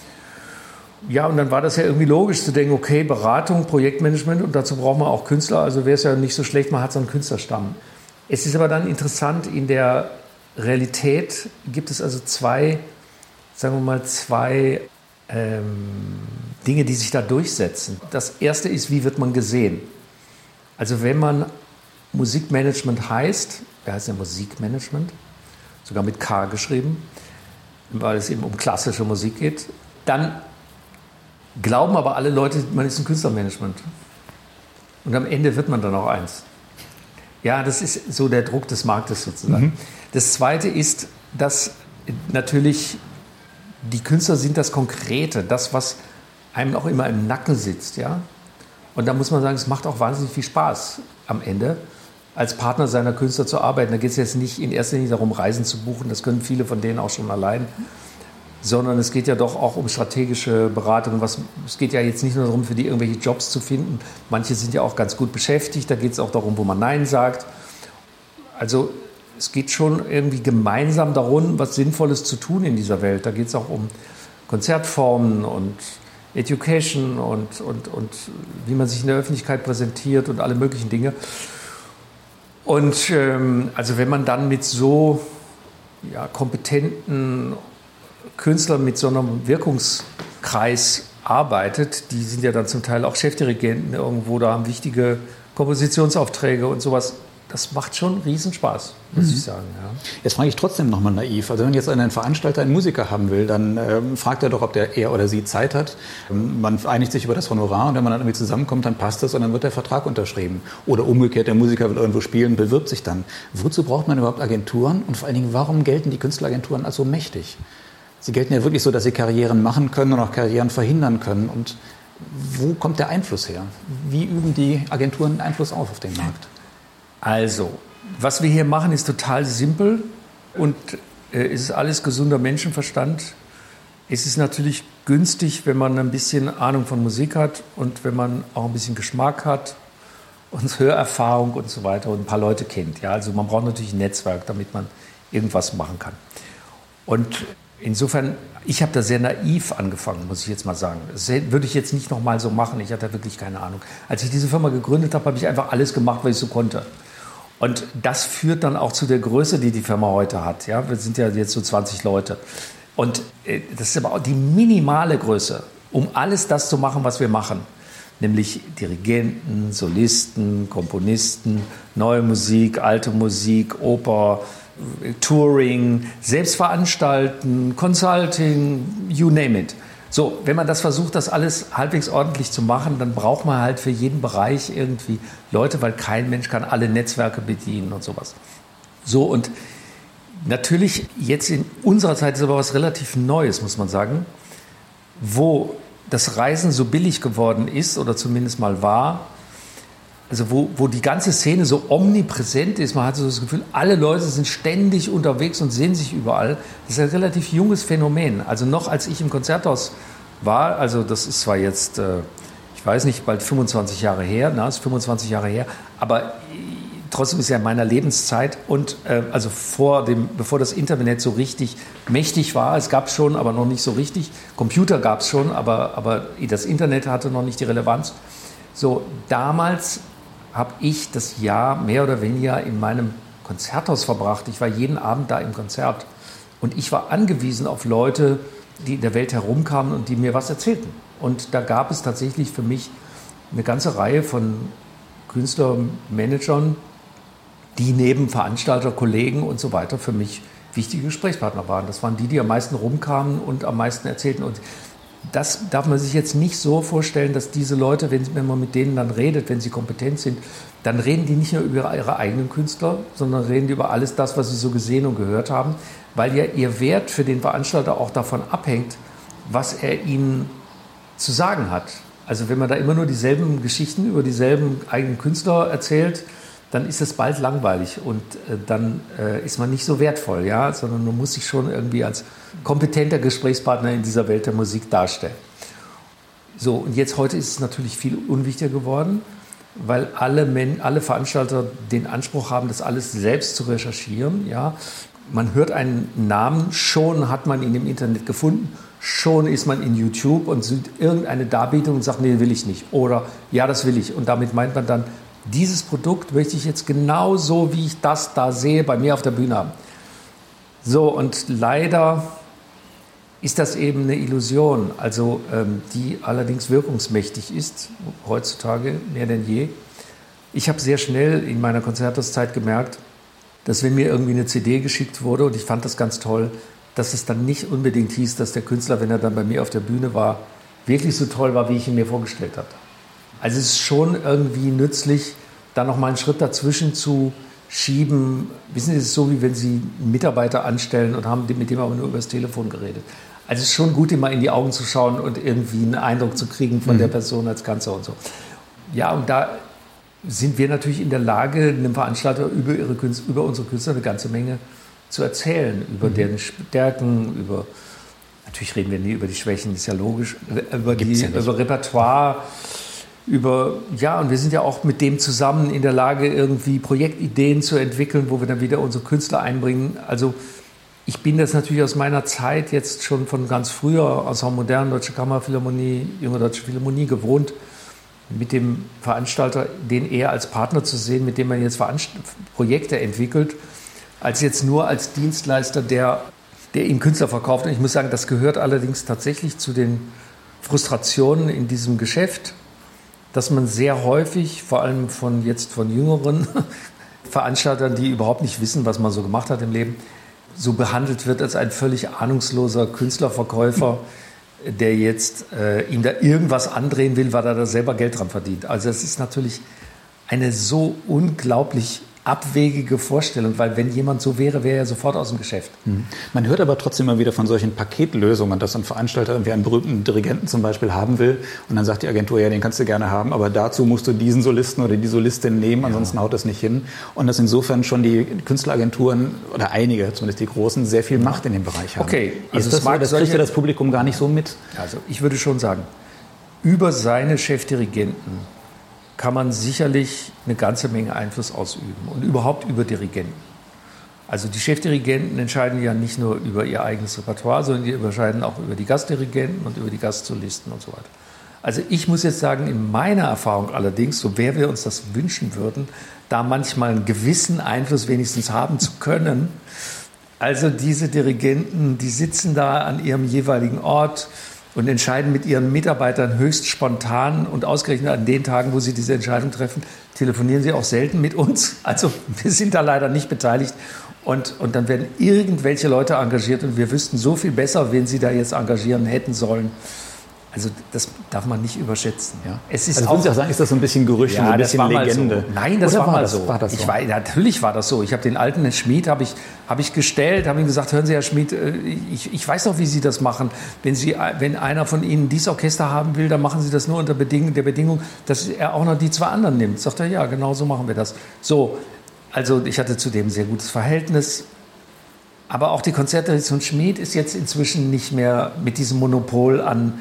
Ja, und dann war das ja irgendwie logisch zu denken, okay, Beratung, Projektmanagement und dazu braucht man auch Künstler, also wäre es ja nicht so schlecht, man hat so einen Künstlerstamm. Es ist aber dann interessant, in der Realität gibt es also zwei, sagen wir mal, zwei ähm, Dinge, die sich da durchsetzen. Das erste ist, wie wird man gesehen? Also wenn man Musikmanagement heißt, wer heißt denn Musikmanagement? Sogar mit K geschrieben, weil es eben um klassische Musik geht, dann glauben aber alle Leute, man ist ein Künstlermanagement. Und am Ende wird man dann auch eins. Ja, das ist so der Druck des Marktes sozusagen. Mhm. Das Zweite ist, dass natürlich die Künstler sind das Konkrete, das, was einem auch immer im Nacken sitzt. Ja? Und da muss man sagen, es macht auch wahnsinnig viel Spaß am Ende, als Partner seiner Künstler zu arbeiten. Da geht es jetzt nicht in erster Linie darum, Reisen zu buchen, das können viele von denen auch schon allein, sondern es geht ja doch auch um strategische Beratung. Was, es geht ja jetzt nicht nur darum, für die irgendwelche Jobs zu finden. Manche sind ja auch ganz gut beschäftigt. Da geht es auch darum, wo man Nein sagt. Also es geht schon irgendwie gemeinsam darum, was Sinnvolles zu tun in dieser Welt. Da geht es auch um Konzertformen und Education und, und, und wie man sich in der Öffentlichkeit präsentiert und alle möglichen Dinge. Und ähm, also wenn man dann mit so ja, kompetenten Künstler mit so einem Wirkungskreis arbeitet, die sind ja dann zum Teil auch Chefdirigenten irgendwo, da haben wichtige Kompositionsaufträge und sowas. Das macht schon Riesenspaß, muss mhm. ich sagen. Ja. Jetzt frage ich trotzdem nochmal naiv. Also wenn jetzt ein Veranstalter einen Musiker haben will, dann ähm, fragt er doch, ob der er oder sie Zeit hat. Ähm, man einigt sich über das Honorar und wenn man dann irgendwie zusammenkommt, dann passt das und dann wird der Vertrag unterschrieben. Oder umgekehrt, der Musiker will irgendwo spielen, bewirbt sich dann. Wozu braucht man überhaupt Agenturen? Und vor allen Dingen, warum gelten die Künstleragenturen als so mächtig? Sie gelten ja wirklich so, dass sie Karrieren machen können und auch Karrieren verhindern können. Und wo kommt der Einfluss her? Wie üben die Agenturen Einfluss auf auf den Markt? Also, was wir hier machen, ist total simpel und äh, es ist alles gesunder Menschenverstand. Es ist natürlich günstig, wenn man ein bisschen Ahnung von Musik hat und wenn man auch ein bisschen Geschmack hat und Hörerfahrung und so weiter und ein paar Leute kennt. Ja, also man braucht natürlich ein Netzwerk, damit man irgendwas machen kann. Und insofern, ich habe da sehr naiv angefangen, muss ich jetzt mal sagen. Das würde ich jetzt nicht nochmal so machen, ich hatte wirklich keine Ahnung. Als ich diese Firma gegründet habe, habe ich einfach alles gemacht, was ich so konnte. Und das führt dann auch zu der Größe, die die Firma heute hat. Ja, wir sind ja jetzt so zwanzig Leute. Und das ist aber auch die minimale Größe, um alles das zu machen, was wir machen. Nämlich Dirigenten, Solisten, Komponisten, neue Musik, alte Musik, Oper, Touring, selbst veranstalten, Consulting, you name it. So, wenn man das versucht, das alles halbwegs ordentlich zu machen, dann braucht man halt für jeden Bereich irgendwie Leute, weil kein Mensch kann alle Netzwerke bedienen und sowas. So, und natürlich jetzt in unserer Zeit ist aber was relativ Neues, muss man sagen, wo das Reisen so billig geworden ist oder zumindest mal war, also wo, wo die ganze Szene so omnipräsent ist, man hat so das Gefühl, alle Leute sind ständig unterwegs und sehen sich überall. Das ist ein relativ junges Phänomen. Also noch als ich im Konzerthaus war, also das ist zwar jetzt, ich weiß nicht, bald fünfundzwanzig Jahre her, na, ist fünfundzwanzig Jahre her, aber trotzdem ist ja in meiner Lebenszeit und äh, also vor dem, bevor das Internet so richtig mächtig war, es gab es schon, aber noch nicht so richtig. Computer gab es schon, aber, aber das Internet hatte noch nicht die Relevanz. So, damals habe ich das Jahr mehr oder weniger in meinem Konzerthaus verbracht. Ich war jeden Abend da im Konzert und ich war angewiesen auf Leute, die in der Welt herumkamen und die mir was erzählten. Und da gab es tatsächlich für mich eine ganze Reihe von Künstlermanagern, die neben Veranstalter, Kollegen und so weiter für mich wichtige Gesprächspartner waren. Das waren die, die am meisten rumkamen und am meisten erzählten. Und das darf man sich jetzt nicht so vorstellen, dass diese Leute, wenn, wenn man mit denen dann redet, wenn sie kompetent sind, dann reden die nicht nur über ihre eigenen Künstler, sondern reden die über alles das, was sie so gesehen und gehört haben, weil ja ihr Wert für den Veranstalter auch davon abhängt, was er ihnen zu sagen hat. Also wenn man da immer nur dieselben Geschichten über dieselben eigenen Künstler erzählt, dann ist es bald langweilig und äh, dann äh, ist man nicht so wertvoll, ja? Sondern man muss sich schon irgendwie als kompetenter Gesprächspartner in dieser Welt der Musik darstellen. So, und jetzt heute ist es natürlich viel unwichtiger geworden, weil alle, Men- alle Veranstalter den Anspruch haben, das alles selbst zu recherchieren. Ja? Man hört einen Namen, schon hat man ihn im Internet gefunden, schon ist man in YouTube und sieht irgendeine Darbietung und sagt, nee, will ich nicht. Oder, ja, das will ich. Und damit meint man dann, dieses Produkt möchte ich jetzt genau so, wie ich das da sehe, bei mir auf der Bühne haben. So, und leider ist das eben eine Illusion, also ähm, die allerdings wirkungsmächtig ist, heutzutage mehr denn je. Ich habe sehr schnell in meiner Konzertauszeit gemerkt, dass wenn mir irgendwie eine C D geschickt wurde, und ich fand das ganz toll, dass es dann nicht unbedingt hieß, dass der Künstler, wenn er dann bei mir auf der Bühne war, wirklich so toll war, wie ich ihn mir vorgestellt hatte. Also es ist schon irgendwie nützlich, da noch mal einen Schritt dazwischen zu schieben. Wissen Sie, es ist so, wie wenn Sie einen Mitarbeiter anstellen und haben mit dem aber nur über das Telefon geredet. Also es ist schon gut, ihm mal in die Augen zu schauen und irgendwie einen Eindruck zu kriegen von mhm. der Person als Ganzer und so. Ja, und da sind wir natürlich in der Lage, einem Veranstalter über, ihre Künstler, über unsere Künstler eine ganze Menge zu erzählen, über mhm. deren Stärken, über, natürlich reden wir nie über die Schwächen, ist ja logisch, über, die, ja über Repertoire, über, ja, und wir sind ja auch mit dem zusammen in der Lage, irgendwie Projektideen zu entwickeln, wo wir dann wieder unsere Künstler einbringen. Also ich bin das natürlich aus meiner Zeit jetzt schon von ganz früher, aus der modernen Deutsche Kammerphilharmonie, Junge Deutsche Philharmonie gewohnt, mit dem Veranstalter den eher als Partner zu sehen, mit dem man jetzt Veranst- Projekte entwickelt, als jetzt nur als Dienstleister, der, der ihm Künstler verkauft. Und ich muss sagen, das gehört allerdings tatsächlich zu den Frustrationen in diesem Geschäft, dass man sehr häufig, vor allem von jetzt von jüngeren Veranstaltern, die überhaupt nicht wissen, was man so gemacht hat im Leben, so behandelt wird als ein völlig ahnungsloser Künstlerverkäufer, der jetzt äh, ihm da irgendwas andrehen will, weil er da selber Geld dran verdient. Also es ist natürlich eine so unglaublich abwegige Vorstellung, weil wenn jemand so wäre, wäre er sofort aus dem Geschäft. Man hört aber trotzdem immer wieder von solchen Paketlösungen, dass ein Veranstalter irgendwie einen berühmten Dirigenten zum Beispiel haben will und dann sagt die Agentur, ja, den kannst du gerne haben, aber dazu musst du diesen Solisten oder die Solistin nehmen, ansonsten ja. haut das nicht hin. Und dass insofern schon die Künstleragenturen oder einige, zumindest die großen, sehr viel Macht in dem Bereich haben. Okay, also ist das, mag, das kriegt ja das Publikum gar nicht so mit? Also ich würde schon sagen, über seine Chefdirigenten kann man sicherlich eine ganze Menge Einfluss ausüben und überhaupt über Dirigenten. Also die Chefdirigenten entscheiden ja nicht nur über ihr eigenes Repertoire, sondern die entscheiden auch über die Gastdirigenten und über die Gastsolisten und so weiter. Also ich muss jetzt sagen, in meiner Erfahrung allerdings, so sehr wir uns das wünschen würden, da manchmal einen gewissen Einfluss wenigstens haben zu können. Also diese Dirigenten, die sitzen da an ihrem jeweiligen Ort und entscheiden mit ihren Mitarbeitern höchst spontan und ausgerechnet an den Tagen, wo sie diese Entscheidung treffen, telefonieren sie auch selten mit uns. Also wir sind da leider nicht beteiligt. Und, und dann werden irgendwelche Leute engagiert und wir wüssten so viel besser, wen sie da jetzt engagieren hätten sollen. Also das darf man nicht überschätzen. Ja. Es ist also würden Sie auch sagen, ist das so ein bisschen Gerücht, ja, und ein bisschen Legende? So. Nein, das Oder war, war mal das, so. War das so? Ich war, natürlich war das so. Ich habe den alten Schmied habe ich, habe ich gestellt, habe ihm gesagt, hören Sie, Herr Schmied, ich, ich weiß doch, wie Sie das machen. Wenn, Sie, wenn einer von Ihnen dieses Orchester haben will, dann machen Sie das nur unter Bedingung, der Bedingung, dass er auch noch die zwei anderen nimmt. Sagt er, ja, genau so machen wir das. So, also ich hatte zu dem ein sehr gutes Verhältnis. Aber auch die Konzertdirektion Schmied ist jetzt inzwischen nicht mehr mit diesem Monopol an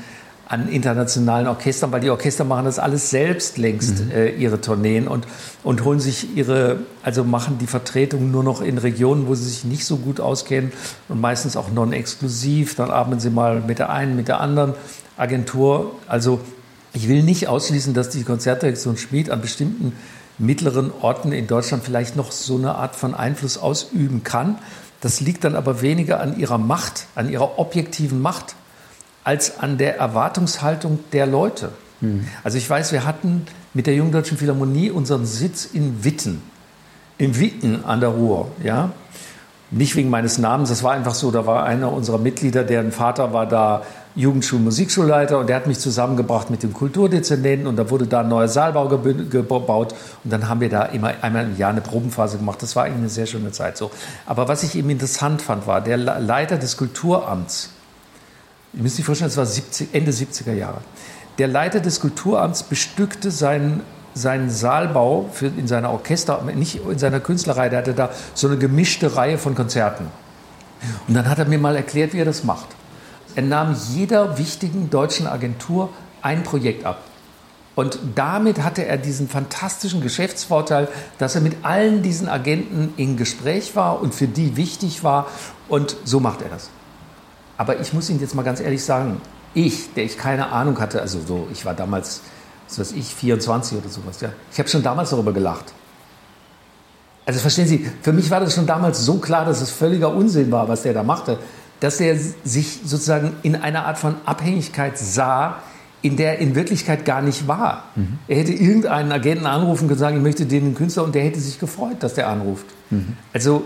an internationalen Orchestern, weil die Orchester machen das alles selbst längst, mhm. äh, ihre Tourneen und, und holen sich ihre, also machen die Vertretung nur noch in Regionen, wo sie sich nicht so gut auskennen und meistens auch non-exklusiv. Dann arbeiten sie mal mit der einen, mit der anderen Agentur. Also ich will nicht ausschließen, dass die Konzertdirektion Schmid an bestimmten mittleren Orten in Deutschland vielleicht noch so eine Art von Einfluss ausüben kann. Das liegt dann aber weniger an ihrer Macht, an ihrer objektiven Macht, als an der Erwartungshaltung der Leute. Mhm. Also ich weiß, wir hatten mit der Jungen Deutschen Philharmonie unseren Sitz in Witten, in Witten an der Ruhr. Ja? Nicht wegen meines Namens, das war einfach so, da war einer unserer Mitglieder, deren Vater war da Jugendschul-, Musikschulleiter und der hat mich zusammengebracht mit dem Kulturdezernenten und da wurde da ein neuer Saalbau gebaut und dann haben wir da immer einmal im Jahr eine Probenphase gemacht. Das war eigentlich eine sehr schöne Zeit so. Aber was ich eben interessant fand, war der Leiter des Kulturamts. Ihr müsst sich vorstellen, es war siebzig, Ende siebziger Jahre. Der Leiter des Kulturamts bestückte seinen, seinen Saalbau für, in seiner Orchester, nicht in seiner Künstlerei, der hatte da so eine gemischte Reihe von Konzerten. Und dann hat er mir mal erklärt, wie er das macht. Er nahm jeder wichtigen deutschen Agentur ein Projekt ab. Und damit hatte er diesen fantastischen Geschäftsvorteil, dass er mit allen diesen Agenten in Gespräch war und für die wichtig war. Und so macht er das. Aber ich muss Ihnen jetzt mal ganz ehrlich sagen, ich, der ich keine Ahnung hatte, also so, ich war damals, was weiß ich, vierundzwanzig oder sowas, ja, ich habe schon damals darüber gelacht. Also verstehen Sie, für mich war das schon damals so klar, dass es völliger Unsinn war, was der da machte, dass er sich sozusagen in einer Art von Abhängigkeit sah, in der er in Wirklichkeit gar nicht war. Mhm. Er hätte irgendeinen Agenten anrufen und gesagt, ich möchte den Künstler, und der hätte sich gefreut, dass der anruft. Mhm. Also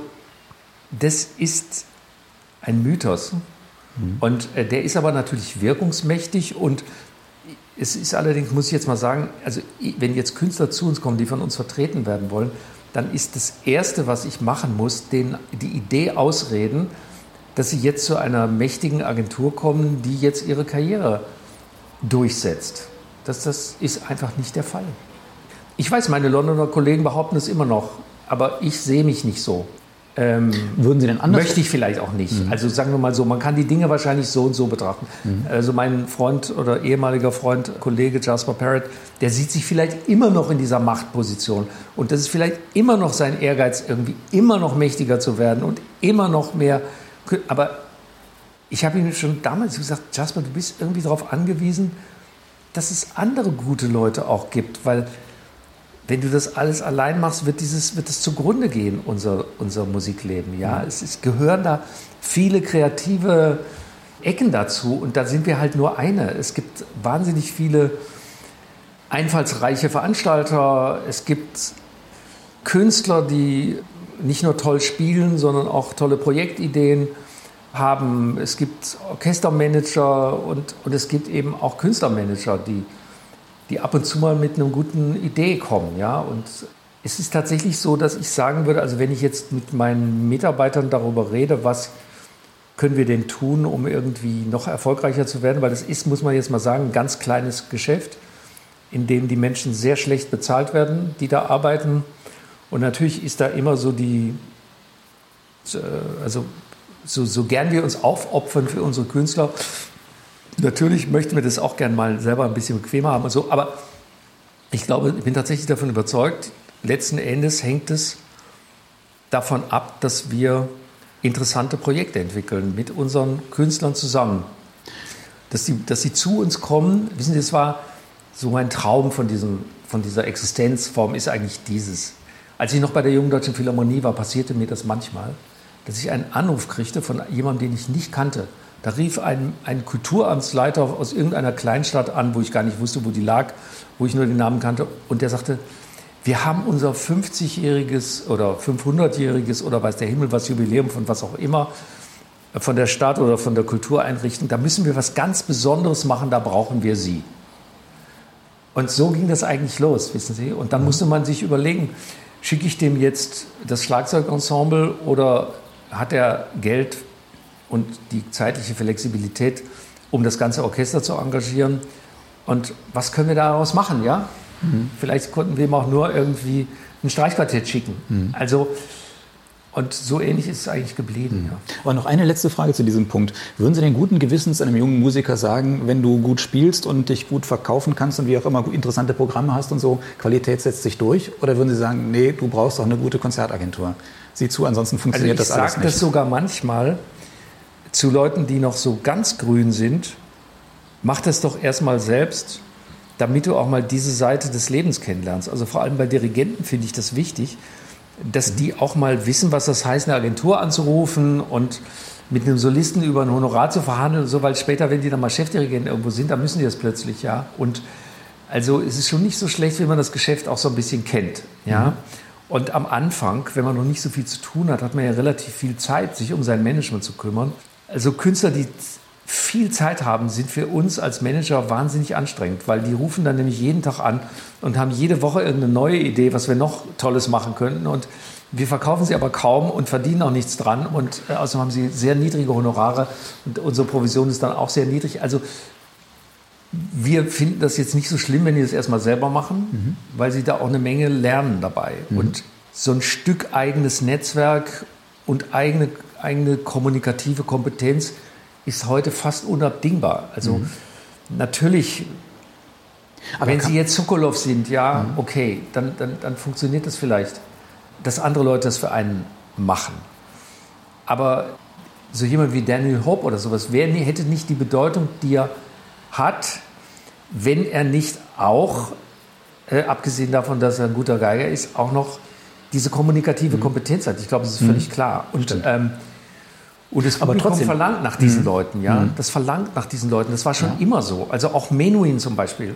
das ist ein Mythos. Und äh, der ist aber natürlich wirkungsmächtig und es ist allerdings, muss ich jetzt mal sagen, also wenn jetzt Künstler zu uns kommen, die von uns vertreten werden wollen, dann ist das Erste, was ich machen muss, denen die Idee ausreden, dass sie jetzt zu einer mächtigen Agentur kommen, die jetzt ihre Karriere durchsetzt. Das, das ist einfach nicht der Fall. Ich weiß, meine Londoner Kollegen behaupten es immer noch, aber ich sehe mich nicht so. Ähm, Würden Sie denn anders? Möchte ich vielleicht auch nicht. Mhm. Also sagen wir mal so, man kann die Dinge wahrscheinlich so und so betrachten. Mhm. Also mein Freund oder ehemaliger Freund, Kollege Jasper Parrott, der sieht sich vielleicht immer noch in dieser Machtposition. Und das ist vielleicht immer noch sein Ehrgeiz, irgendwie immer noch mächtiger zu werden und immer noch mehr. Aber ich habe ihm schon damals gesagt, Jasper, du bist irgendwie darauf angewiesen, dass es andere gute Leute auch gibt, weil wenn du das alles allein machst, wird dieses, wird es zugrunde gehen, unser, unser Musikleben. Ja? Es ist, gehören da viele kreative Ecken dazu und da sind wir halt nur eine. Es gibt wahnsinnig viele einfallsreiche Veranstalter, es gibt Künstler, die nicht nur toll spielen, sondern auch tolle Projektideen haben. Es gibt Orchestermanager und, und es gibt eben auch Künstlermanager, die die ab und zu mal mit einer guten Idee kommen. Ja? Und es ist tatsächlich so, dass ich sagen würde, also wenn ich jetzt mit meinen Mitarbeitern darüber rede, was können wir denn tun, um irgendwie noch erfolgreicher zu werden, weil das ist, muss man jetzt mal sagen, ein ganz kleines Geschäft, in dem die Menschen sehr schlecht bezahlt werden, die da arbeiten. Und natürlich ist da immer so die, also so, so gern wir uns aufopfern für unsere Künstler, natürlich möchten wir das auch gern mal selber ein bisschen bequemer haben und so, aber ich glaube, ich bin tatsächlich davon überzeugt, letzten Endes hängt es davon ab, dass wir interessante Projekte entwickeln mit unseren Künstlern zusammen. Dass sie, dass sie zu uns kommen, wissen Sie, es war so mein Traum von, diesem, von dieser Existenzform ist eigentlich dieses. Als ich noch bei der Jungen Deutschen Philharmonie war, passierte mir das manchmal, dass ich einen Anruf kriegte von jemandem, den ich nicht kannte. Da rief ein, ein Kulturamtsleiter aus irgendeiner Kleinstadt an, wo ich gar nicht wusste, wo die lag, wo ich nur den Namen kannte. Und der sagte, wir haben unser fünfzigjähriges oder fünfhundertjähriges oder weiß der Himmel was Jubiläum von was auch immer, von der Stadt oder von der Kultureinrichtung. Da müssen wir was ganz Besonderes machen, da brauchen wir Sie. Und so ging das eigentlich los, wissen Sie. Und dann musste man sich überlegen, schicke ich dem jetzt das Schlagzeugensemble oder hat er Geld und die zeitliche Flexibilität, um das ganze Orchester zu engagieren. Und was können wir daraus machen, ja? Mhm. Vielleicht konnten wir ihm auch nur irgendwie ein Streichquartett schicken. Mhm. Also Und so ähnlich ist es eigentlich geblieben. Mhm. Ja. Aber noch eine letzte Frage zu diesem Punkt. Würden Sie denn guten Gewissens einem jungen Musiker sagen, wenn du gut spielst und dich gut verkaufen kannst und wie auch immer interessante Programme hast und so, Qualität setzt sich durch? Oder würden Sie sagen, nee, du brauchst auch eine gute Konzertagentur? Sieh zu, ansonsten funktioniert also das alles nicht. Ich sage das sogar manchmal zu Leuten, die noch so ganz grün sind, mach das doch erstmal selbst, damit du auch mal diese Seite des Lebens kennenlernst. Also vor allem bei Dirigenten finde ich das wichtig, dass die auch mal wissen, was das heißt, eine Agentur anzurufen und mit einem Solisten über ein Honorar zu verhandeln und so, weil später, wenn die dann mal Chefdirigenten irgendwo sind, dann müssen die das plötzlich, ja. Und also es ist schon nicht so schlecht, wenn man das Geschäft auch so ein bisschen kennt, ja. Mhm. Und am Anfang, wenn man noch nicht so viel zu tun hat, hat man ja relativ viel Zeit, sich um sein Management zu kümmern. Also Künstler, die viel Zeit haben, sind für uns als Manager wahnsinnig anstrengend, weil die rufen dann nämlich jeden Tag an und haben jede Woche irgendeine neue Idee, was wir noch Tolles machen könnten. Und wir verkaufen sie aber kaum und verdienen auch nichts dran. Und außerdem haben sie sehr niedrige Honorare und unsere Provision ist dann auch sehr niedrig. Also wir finden das jetzt nicht so schlimm, wenn die das erstmal selber machen, mhm. weil sie da auch eine Menge lernen dabei. Mhm. Und so ein Stück eigenes Netzwerk und eigene, eigene kommunikative Kompetenz ist heute fast unabdingbar. Also mhm. natürlich, aber wenn Sie jetzt Sokolov sind, ja, mhm. okay, dann, dann, dann funktioniert das vielleicht, dass andere Leute das für einen machen. Aber so jemand wie Daniel Hope oder sowas, wer hätte nicht die Bedeutung, die er hat, wenn er nicht auch, äh, abgesehen davon, dass er ein guter Geiger ist, auch noch diese kommunikative mhm. Kompetenz hat. Ich glaube, das ist völlig mhm. klar. Und ähm, Und das Publikum aber trotzdem verlangt nach diesen mhm. Leuten, ja. Mhm. Das verlangt nach diesen Leuten. Das war schon ja. immer so. Also auch Menuhin zum Beispiel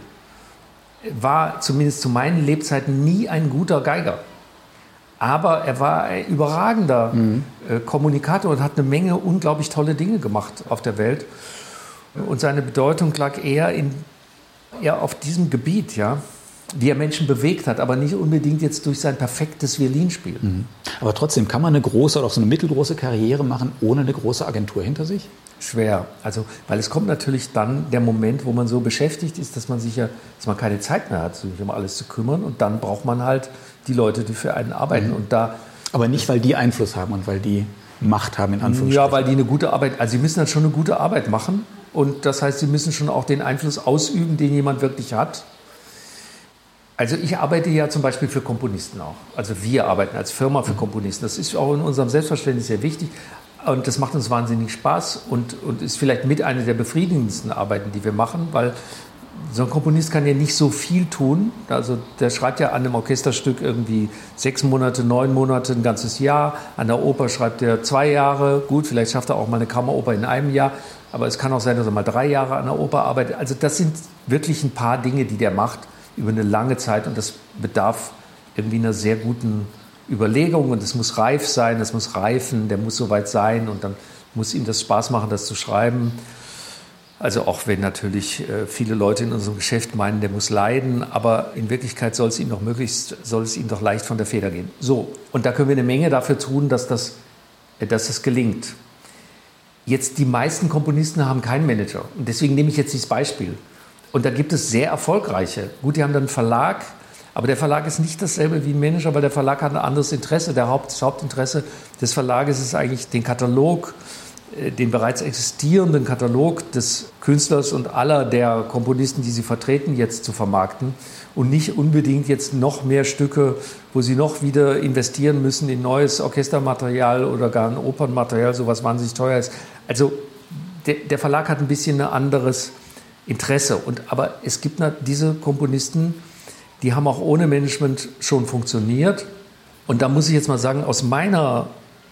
war zumindest zu meinen Lebzeiten nie ein guter Geiger. Aber er war ein überragender mhm. äh, Kommunikator und hat eine Menge unglaublich tolle Dinge gemacht auf der Welt. Und seine Bedeutung lag eher, in, eher auf diesem Gebiet, ja. Wie er Menschen bewegt hat, aber nicht unbedingt jetzt durch sein perfektes Violinspiel. Mhm. Aber trotzdem, kann man eine große oder auch so eine mittelgroße Karriere machen, ohne eine große Agentur hinter sich? Schwer. Also, weil es kommt natürlich dann der Moment, wo man so beschäftigt ist, dass man sich ja, dass man keine Zeit mehr hat, sich um alles zu kümmern. Und dann braucht man halt die Leute, die für einen arbeiten. Mhm. Und da, aber nicht, weil die Einfluss haben und weil die Macht haben, in Anführungsstrichen. Ja, weil die eine gute Arbeit, also sie müssen dann schon eine gute Arbeit machen. Und das heißt, sie müssen schon auch den Einfluss ausüben, den jemand wirklich hat. Also ich arbeite ja zum Beispiel für Komponisten auch. Also wir arbeiten als Firma für Komponisten. Das ist auch in unserem Selbstverständnis sehr wichtig. Und das macht uns wahnsinnig Spaß und, und ist vielleicht mit einer der befriedigendsten Arbeiten, die wir machen, weil so ein Komponist kann ja nicht so viel tun. Also der schreibt ja an einem Orchesterstück irgendwie sechs Monate, neun Monate, ein ganzes Jahr. An der Oper schreibt er zwei Jahre. Gut, vielleicht schafft er auch mal eine Kammeroper in einem Jahr. Aber es kann auch sein, dass er mal drei Jahre an der Oper arbeitet. Also das sind wirklich ein paar Dinge, die der macht über eine lange Zeit. Und das bedarf irgendwie einer sehr guten Überlegung. Und es muss reif sein, es muss reifen, der muss soweit sein. Und dann muss ihm das Spaß machen, das zu schreiben. Also auch wenn natürlich äh, viele Leute in unserem Geschäft meinen, der muss leiden, aber in Wirklichkeit soll es ihm doch möglichst, soll es ihm doch leicht von der Feder gehen. So, und da können wir eine Menge dafür tun, dass das, äh, dass das gelingt. Jetzt, die meisten Komponisten haben keinen Manager und deswegen nehme ich jetzt dieses Beispiel. Und da gibt es sehr erfolgreiche. Gut, die haben dann einen Verlag, aber der Verlag ist nicht dasselbe wie ein Manager, weil der Verlag hat ein anderes Interesse. Der Haupt, das Hauptinteresse des Verlages ist eigentlich den Katalog, den bereits existierenden Katalog des Künstlers und aller der Komponisten, die sie vertreten, jetzt zu vermarkten und nicht unbedingt jetzt noch mehr Stücke, wo sie noch wieder investieren müssen in neues Orchestermaterial oder gar ein Opernmaterial, sowas wahnsinnig teuer ist. Also der, der Verlag hat ein bisschen ein anderes Interesse. Und, aber es gibt diese Komponisten, die haben auch ohne Management schon funktioniert. Und da muss ich jetzt mal sagen, aus meiner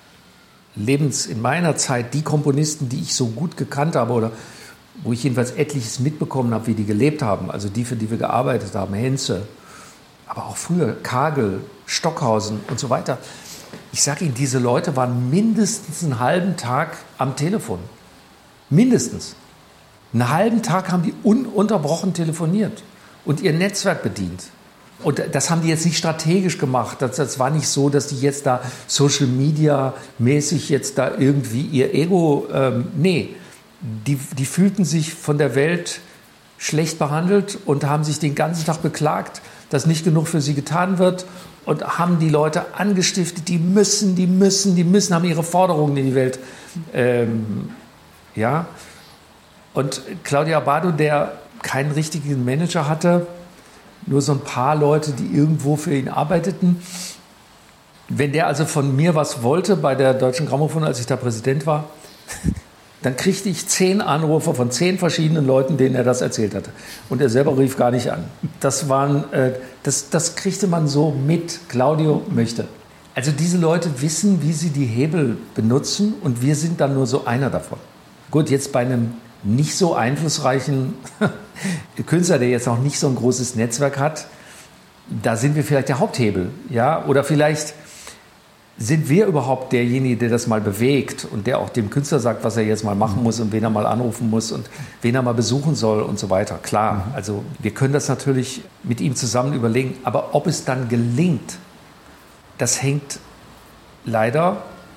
Lebens, in meiner Zeit, die Komponisten, die ich so gut gekannt habe oder wo ich jedenfalls etliches mitbekommen habe, wie die gelebt haben, also die, für die wir gearbeitet haben, Henze, aber auch früher Kagel, Stockhausen und so weiter. Ich sage Ihnen, diese Leute waren mindestens einen halben Tag am Telefon. Mindestens. Einen halben Tag haben die ununterbrochen telefoniert und ihr Netzwerk bedient. Und das haben die jetzt nicht strategisch gemacht. Das, das war nicht so, dass die jetzt da Social Media mäßig jetzt da irgendwie ihr Ego, ähm, nee, die, die fühlten sich von der Welt schlecht behandelt und haben sich den ganzen Tag beklagt, dass nicht genug für sie getan wird und haben die Leute angestiftet, die müssen, die müssen, die müssen, haben ihre Forderungen in die Welt. Ähm, ja. Und Claudio Abbado, der keinen richtigen Manager hatte, nur so ein paar Leute, die irgendwo für ihn arbeiteten. Wenn der also von mir was wollte bei der Deutschen Grammophon, als ich da Präsident war, dann kriegte ich zehn Anrufe von zehn verschiedenen Leuten, denen er das erzählt hatte. Und er selber rief gar nicht an. Das, waren, äh, das, das kriegte man so mit. Claudio möchte. Also diese Leute wissen, wie sie die Hebel benutzen und wir sind dann nur so einer davon. Gut, jetzt bei einem nicht so einflussreichen Künstler, der jetzt noch nicht so ein großes Netzwerk hat, da sind wir vielleicht der Haupthebel. Ja? Oder vielleicht sind wir überhaupt derjenige, der das mal bewegt und der auch dem Künstler sagt, was er jetzt mal machen muss und wen er mal anrufen muss und wen er mal besuchen soll und so weiter. Klar, also wir können das natürlich mit ihm zusammen überlegen, aber ob es dann gelingt, das hängt leider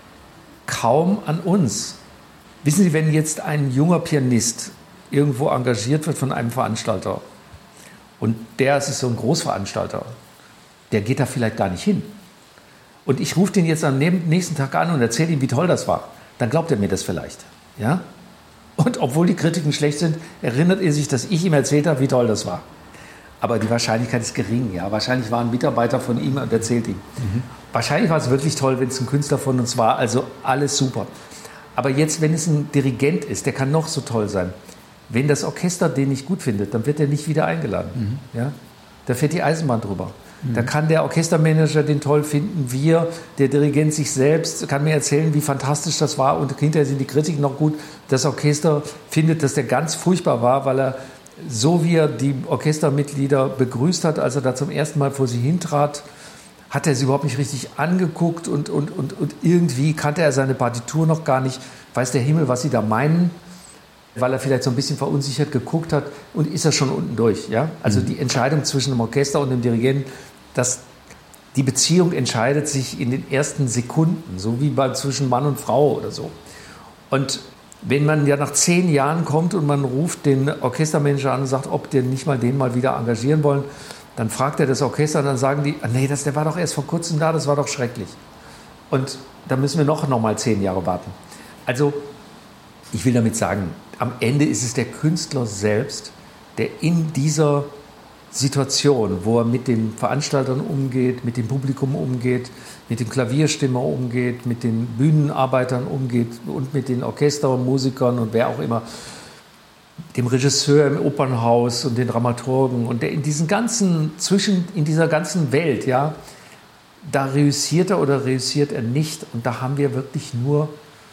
kaum an uns. Wissen Sie, wenn jetzt ein junger Pianist irgendwo engagiert wird von einem Veranstalter und der ist so ein Großveranstalter, der geht da vielleicht gar nicht hin. Und ich rufe den jetzt am nächsten Tag an und erzähle ihm, wie toll das war. Dann glaubt er mir das vielleicht. Ja? Und obwohl die Kritiken schlecht sind, erinnert er sich, dass ich ihm erzählt habe, wie toll das war. Aber die Wahrscheinlichkeit ist gering. Ja? Wahrscheinlich war ein Mitarbeiter von ihm und erzählt ihm. Mhm. Wahrscheinlich war es wirklich toll, wenn es ein Künstler von uns war. Also alles super. Aber jetzt, wenn es ein Dirigent ist, der kann noch so toll sein. Wenn das Orchester den nicht gut findet, dann wird er nicht wieder eingeladen. Mhm. Ja? Da fährt die Eisenbahn drüber. Da kann der Orchestermanager den toll finden, wir, der Dirigent sich selbst, kann mir erzählen, wie fantastisch das war und hinterher sind die Kritiken noch gut. Das Orchester findet, dass der ganz furchtbar war, weil er, so wie er die Orchestermitglieder begrüßt hat, als er da zum ersten Mal vor sie hintrat, hat er sie überhaupt nicht richtig angeguckt und, und, und, und irgendwie kannte er seine Partitur noch gar nicht, weiß der Himmel, was sie da meinen, weil er vielleicht so ein bisschen verunsichert geguckt hat und ist er schon unten durch. Ja? Also die Entscheidung zwischen dem Orchester und dem Dirigenten, dass die Beziehung entscheidet sich in den ersten Sekunden, so wie bei zwischen Mann und Frau oder so. Und wenn man ja nach zehn Jahren kommt und man ruft den Orchestermanager an und sagt, ob die nicht mal den mal wieder engagieren wollen, dann fragt er das Orchester und dann sagen die, nee, das, der war doch erst vor kurzem da, das war doch schrecklich. Und da müssen wir noch, noch mal zehn Jahre warten. Also ich will damit sagen, am Ende ist es der Künstler selbst, der in dieser Situation, wo er mit den Veranstaltern umgeht, mit dem Publikum umgeht, mit dem Klavierstimmer umgeht, mit den Bühnenarbeitern umgeht und mit den Orchestermusikern und wer auch immer, dem Regisseur im Opernhaus und den Dramaturgen und der in diesen ganzen zwischen in dieser ganzen Welt, ja, da reüssiert er oder reüssiert er nicht und da haben wir wirklich nur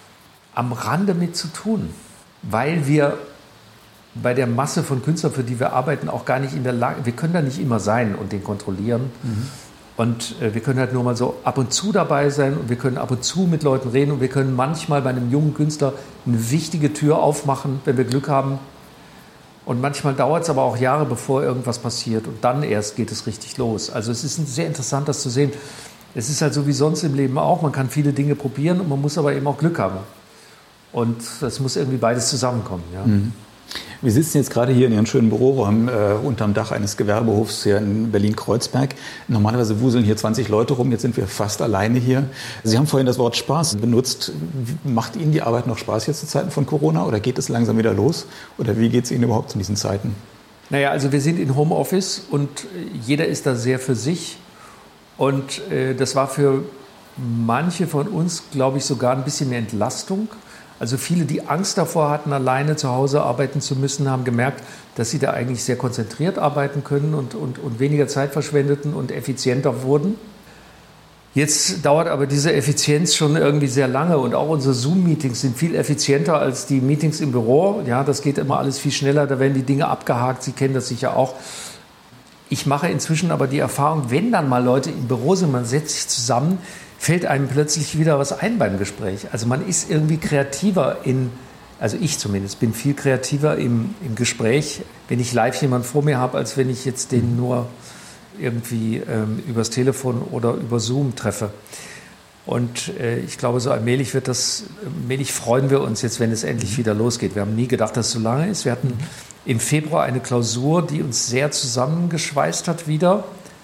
am Rande mit zu tun, weil wir bei der Masse von Künstlern, für die wir arbeiten, auch gar nicht in der Lage, wir können da nicht immer sein und den kontrollieren. Mhm. Und äh, wir können halt nur mal so ab und zu dabei sein und wir können ab und zu mit Leuten reden und wir können manchmal bei einem jungen Künstler eine wichtige Tür aufmachen, wenn wir Glück haben. Und manchmal dauert es aber auch Jahre, bevor irgendwas passiert und dann erst geht es richtig los. Also es ist sehr interessant, das zu sehen. Es ist halt so wie sonst im Leben auch, man kann viele Dinge probieren und man muss aber eben auch Glück haben. Und es muss irgendwie beides zusammenkommen. Ja. Mhm. Wir sitzen jetzt gerade hier in Ihrem schönen Büroraum äh, unterm Dach eines Gewerbehofs hier in Berlin-Kreuzberg. Normalerweise wuseln hier zwanzig Leute rum, jetzt sind wir fast alleine hier. Sie haben vorhin das Wort Spaß benutzt. Macht Ihnen die Arbeit noch Spaß jetzt zu Zeiten von Corona oder geht es langsam wieder los? Oder wie geht es Ihnen überhaupt in diesen Zeiten? Naja, also wir sind in Homeoffice und jeder ist da sehr für sich. Und äh, das war für manche von uns, glaube ich, sogar ein bisschen mehr Entlastung. Also viele, die Angst davor hatten, alleine zu Hause arbeiten zu müssen, haben gemerkt, dass sie da eigentlich sehr konzentriert arbeiten können und, und, und weniger Zeit verschwendeten und effizienter wurden. Jetzt dauert aber diese Effizienz schon irgendwie sehr lange und auch unsere Zoom-Meetings sind viel effizienter als die Meetings im Büro. Ja, das geht immer alles viel schneller, da werden die Dinge abgehakt, Sie kennen das sicher auch. Ich mache inzwischen aber die Erfahrung, wenn dann mal Leute im Büro sind, man setzt sich zusammen, fällt einem plötzlich wieder was ein beim Gespräch. Also man ist irgendwie kreativer in, also ich zumindest, bin viel kreativer im, im Gespräch, wenn ich live jemanden vor mir habe, als wenn ich jetzt den nur irgendwie ähm, übers Telefon oder über Zoom treffe. Und äh, ich glaube, so allmählich wird das, allmählich freuen wir uns jetzt, wenn es endlich wieder losgeht. Wir haben nie gedacht, dass es so lange ist. Wir hatten im Februar eine Klausur, die uns sehr zusammengeschweißt hat wieder.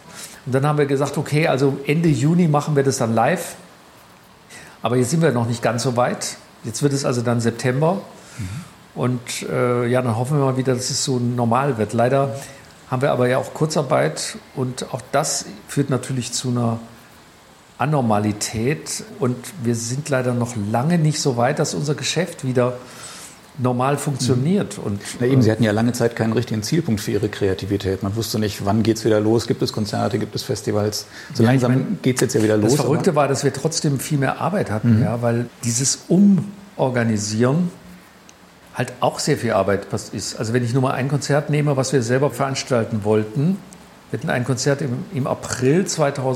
Und dann haben wir gesagt, okay, also Ende Juni machen wir das dann live. Aber jetzt sind wir noch nicht ganz so weit. Jetzt wird es also dann September. Mhm. Und äh, ja, dann hoffen wir mal wieder, dass es so normal wird. Leider haben wir aber ja auch Kurzarbeit. Und auch das führt natürlich zu einer Anormalität. Und wir sind leider noch lange nicht so weit, dass unser Geschäft wieder normal funktioniert. Und, Na eben, Sie hatten ja lange Zeit keinen richtigen Zielpunkt für Ihre Kreativität. Man wusste nicht, wann geht es wieder los, gibt es Konzerte, gibt es Festivals. So ja, langsam ich mein, geht es jetzt ja wieder los. Das Verrückte war, dass wir trotzdem viel mehr Arbeit hatten, mhm. ja, weil dieses Umorganisieren halt auch sehr viel Arbeit ist. Also wenn ich nur mal ein Konzert nehme, was wir selber veranstalten wollten, wir hatten ein Konzert im, im April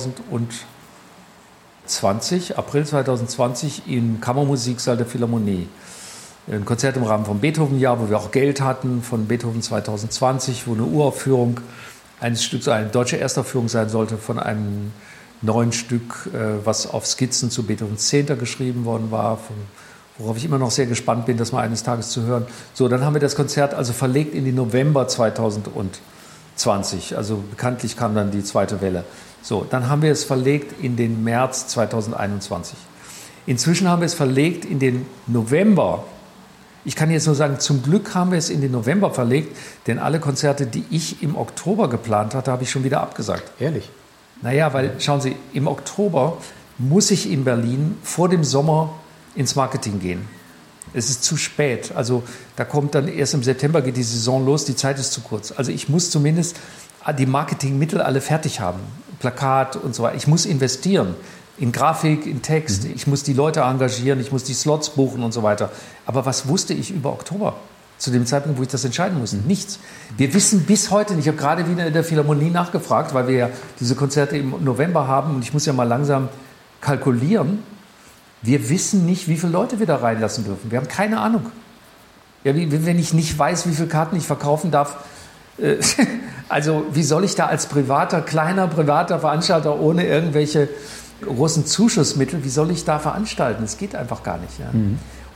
zweitausendzwanzig, April zweitausendzwanzig im Kammermusiksaal der Philharmonie. Ein Konzert im Rahmen vom Beethoven-Jahr, wo wir auch Geld hatten, von Beethoven zweitausendzwanzig, wo eine Uraufführung eines Stücks, eine deutsche Erstaufführung sein sollte von einem neuen Stück, was auf Skizzen zu Beethovens Zehnter geschrieben worden war, von, worauf ich immer noch sehr gespannt bin, das mal eines Tages zu hören. So, dann haben wir das Konzert also verlegt in den November zweitausendzwanzig. Also bekanntlich kam dann die zweite Welle. So, dann haben wir es verlegt in den März zweitausendeinundzwanzig. Inzwischen haben wir es verlegt in den November. Ich kann jetzt nur sagen, zum Glück haben wir es in den November verlegt, denn alle Konzerte, die ich im Oktober geplant hatte, habe ich schon wieder abgesagt. Ehrlich? Naja, weil, schauen Sie, im Oktober muss ich in Berlin vor dem Sommer ins Marketing gehen. Es ist zu spät. Also da kommt dann erst im September geht die Saison los, die Zeit ist zu kurz. Also ich muss zumindest die Marketingmittel alle fertig haben. Plakat und so weiter. Ich muss investieren. In Grafik, in Text, ich muss die Leute engagieren, ich muss die Slots buchen und so weiter. Aber was wusste ich über Oktober? Zu dem Zeitpunkt, wo ich das entscheiden musste? Nichts. Wir wissen bis heute nicht, ich habe gerade wieder in der Philharmonie nachgefragt, weil wir ja diese Konzerte im November haben und ich muss ja mal langsam kalkulieren. Wir wissen nicht, wie viele Leute wir da reinlassen dürfen. Wir haben keine Ahnung. Ja, wie, wenn ich nicht weiß, wie viele Karten ich verkaufen darf, äh, also wie soll ich da als privater, kleiner privater Veranstalter ohne irgendwelche großen Zuschussmittel, wie soll ich da veranstalten? Das geht einfach gar nicht. Ja, mhm.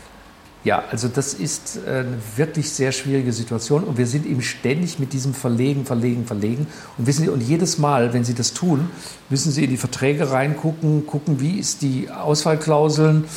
ja also das ist eine wirklich sehr schwierige Situation und wir sind eben ständig mit diesem Verlegen, Verlegen, Verlegen. Und, wissen Sie, und jedes Mal, wenn Sie das tun, müssen Sie in die Verträge reingucken, gucken, wie ist die Ausfallklauseln,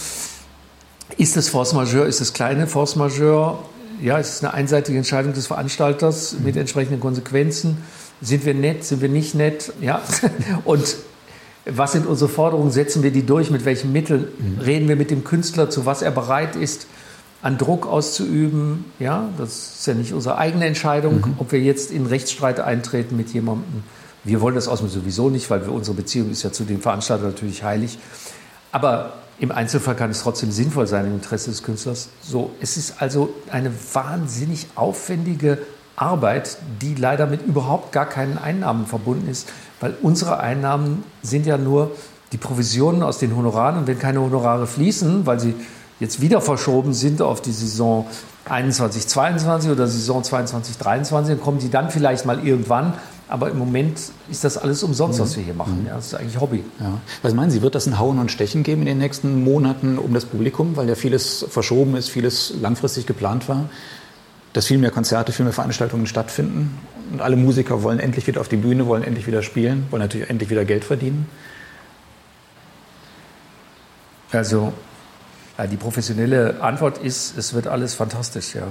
ist das Force Majeure, ist das kleine Force Majeure, ja, es ist eine einseitige Entscheidung des Veranstalters mhm. mit entsprechenden Konsequenzen. Sind wir nett, sind wir nicht nett? Ja, und was sind unsere Forderungen? Setzen wir die durch? Mit welchen Mitteln? Mhm. Reden wir mit dem Künstler, zu was er bereit ist, an Druck auszuüben? Ja, das ist ja nicht unsere eigene Entscheidung, mhm. ob wir jetzt in Rechtsstreit eintreten mit jemandem. Wir wollen das außerdem sowieso nicht, weil wir, unsere Beziehung ist ja zu dem Veranstalter natürlich heilig. Aber im Einzelfall kann es trotzdem sinnvoll sein im Interesse des Künstlers. So, es ist also eine wahnsinnig aufwendige Arbeit, die leider mit überhaupt gar keinen Einnahmen verbunden ist, weil unsere Einnahmen sind ja nur die Provisionen aus den Honoraren. Und wenn keine Honorare fließen, weil sie jetzt wieder verschoben sind auf die Saison einundzwanzig zweiundzwanzig oder Saison zweiundzwanzig dreiundzwanzig, dann kommen die dann vielleicht mal irgendwann. Aber im Moment ist das alles umsonst, mhm. was wir hier machen. Ja, das ist eigentlich Hobby. Ja. Was meinen Sie, wird das ein Hauen und Stechen geben in den nächsten Monaten um das Publikum, weil ja vieles verschoben ist, vieles langfristig geplant war? Dass viel mehr Konzerte, viel mehr Veranstaltungen stattfinden und alle Musiker wollen endlich wieder auf die Bühne, wollen endlich wieder spielen, wollen natürlich endlich wieder Geld verdienen? Also ja, die professionelle Antwort ist, es wird alles fantastisch, ja.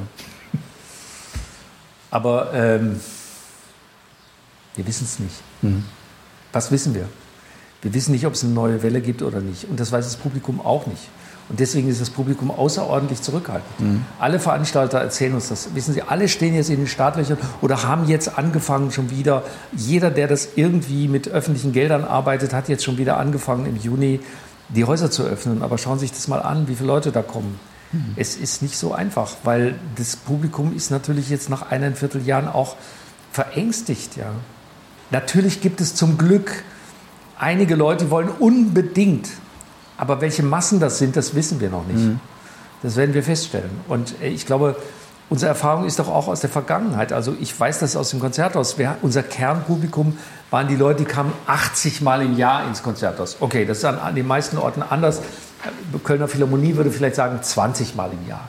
Aber ähm, wir wissen es nicht. Mhm. Was wissen wir? Wir wissen nicht, ob es eine neue Welle gibt oder nicht. Und das weiß das Publikum auch nicht. Und deswegen ist das Publikum außerordentlich zurückhaltend. Mhm. Alle Veranstalter erzählen uns das. Wissen Sie, alle stehen jetzt in den Startlöchern oder haben jetzt angefangen schon wieder. Jeder, der das irgendwie mit öffentlichen Geldern arbeitet, hat jetzt schon wieder angefangen im Juni die Häuser zu öffnen. Aber schauen Sie sich das mal an, wie viele Leute da kommen. Mhm. Es ist nicht so einfach, weil das Publikum ist natürlich jetzt nach eineinviertel Jahren auch verängstigt. Ja. Natürlich gibt es zum Glück einige Leute, die wollen unbedingt. Aber welche Massen das sind, das wissen wir noch nicht. Mhm. Das werden wir feststellen. Und ich glaube, unsere Erfahrung ist doch auch aus der Vergangenheit. Also ich weiß das aus dem Konzerthaus. Wir, unser Kernpublikum waren die Leute, die kamen achtzig Mal im Jahr ins Konzerthaus. Okay, das ist an, an den meisten Orten anders. Kölner Philharmonie würde vielleicht sagen zwanzig Mal im Jahr.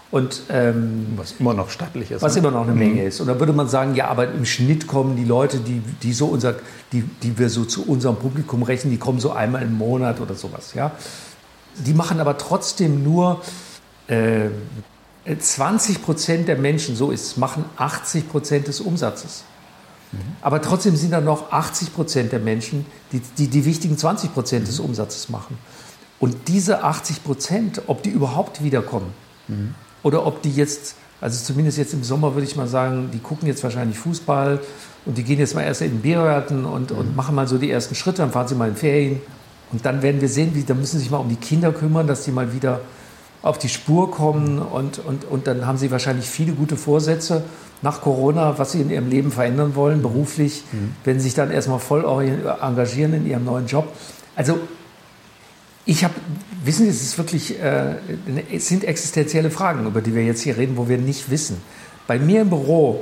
Und, ähm, was immer noch stattlich ist. Was ne? immer noch eine mhm. Menge ist. Und da würde man sagen, ja, aber im Schnitt kommen die Leute, die, die, so unser, die, die wir so zu unserem Publikum rechnen, die kommen so einmal im Monat oder sowas. Ja? Die machen aber trotzdem nur äh, zwanzig Prozent der Menschen, so ist es, machen achtzig Prozent des Umsatzes. Mhm. Aber trotzdem sind da noch achtzig Prozent der Menschen, die die, die wichtigen zwanzig Prozent mhm. des Umsatzes machen. Und diese achtzig Prozent, ob die überhaupt wiederkommen, mhm. oder ob die jetzt, also zumindest jetzt im Sommer würde ich mal sagen, die gucken jetzt wahrscheinlich Fußball und die gehen jetzt mal erst in den Biergarten und, mhm. und machen mal so die ersten Schritte, dann fahren sie mal in Ferien und dann werden wir sehen, wie, da müssen sie sich mal um die Kinder kümmern, dass die mal wieder auf die Spur kommen und, und, und dann haben sie wahrscheinlich viele gute Vorsätze nach Corona, was sie in ihrem Leben verändern wollen, beruflich, mhm. wenn sie sich dann erstmal voll engagieren in ihrem neuen Job. Also ich habe, wissen Sie, es ist wirklich, äh, es sind existenzielle Fragen, über die wir jetzt hier reden, wo wir nicht wissen. Bei mir im Büro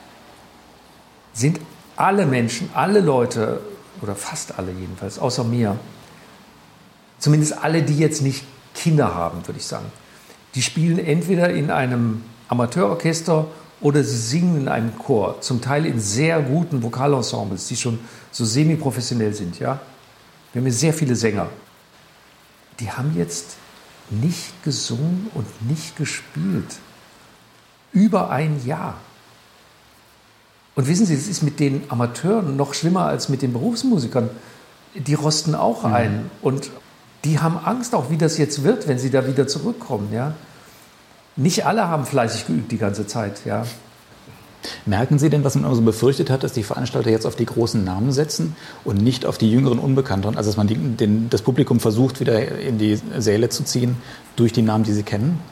sind alle Menschen, alle Leute, oder fast alle jedenfalls, außer mir, zumindest alle, die jetzt nicht Kinder haben, würde ich sagen, die spielen entweder in einem Amateurorchester oder sie singen in einem Chor, zum Teil in sehr guten Vokalensembles, die schon so semi-professionell sind. Ja? Wir haben hier sehr viele Sänger. Die haben jetzt nicht gesungen und nicht gespielt. Über ein Jahr. Und wissen Sie, das ist mit den Amateuren noch schlimmer als mit den Berufsmusikern. Die rosten auch mhm. ein. Und die haben Angst auch, wie das jetzt wird, wenn sie da wieder zurückkommen. Ja? Nicht alle haben fleißig geübt die ganze Zeit. Ja? Merken Sie denn, was man immer so befürchtet hat, dass die Veranstalter jetzt auf die großen Namen setzen und nicht auf die jüngeren Unbekannteren? Also dass man die, den, das Publikum versucht, wieder in die Säle zu ziehen durch die Namen, die sie kennen?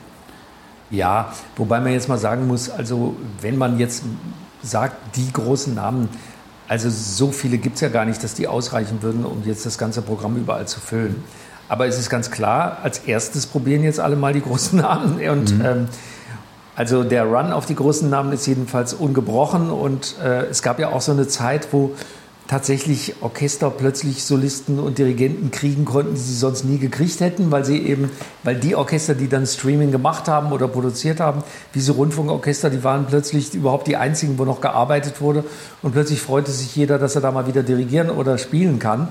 Ja, wobei man jetzt mal sagen muss, also wenn man jetzt sagt, die großen Namen, also so viele gibt es ja gar nicht, dass die ausreichen würden, um jetzt das ganze Programm überall zu füllen. Aber es ist ganz klar, als erstes probieren jetzt alle mal die großen Namen und mhm. ähm, also der Run auf die großen Namen ist jedenfalls ungebrochen und äh, es gab ja auch so eine Zeit, wo tatsächlich Orchester plötzlich Solisten und Dirigenten kriegen konnten, die sie sonst nie gekriegt hätten, weil sie eben, weil die Orchester, die dann Streaming gemacht haben oder produziert haben, diese Rundfunkorchester, die waren plötzlich überhaupt die einzigen, wo noch gearbeitet wurde und plötzlich freute sich jeder, dass er da mal wieder dirigieren oder spielen kann.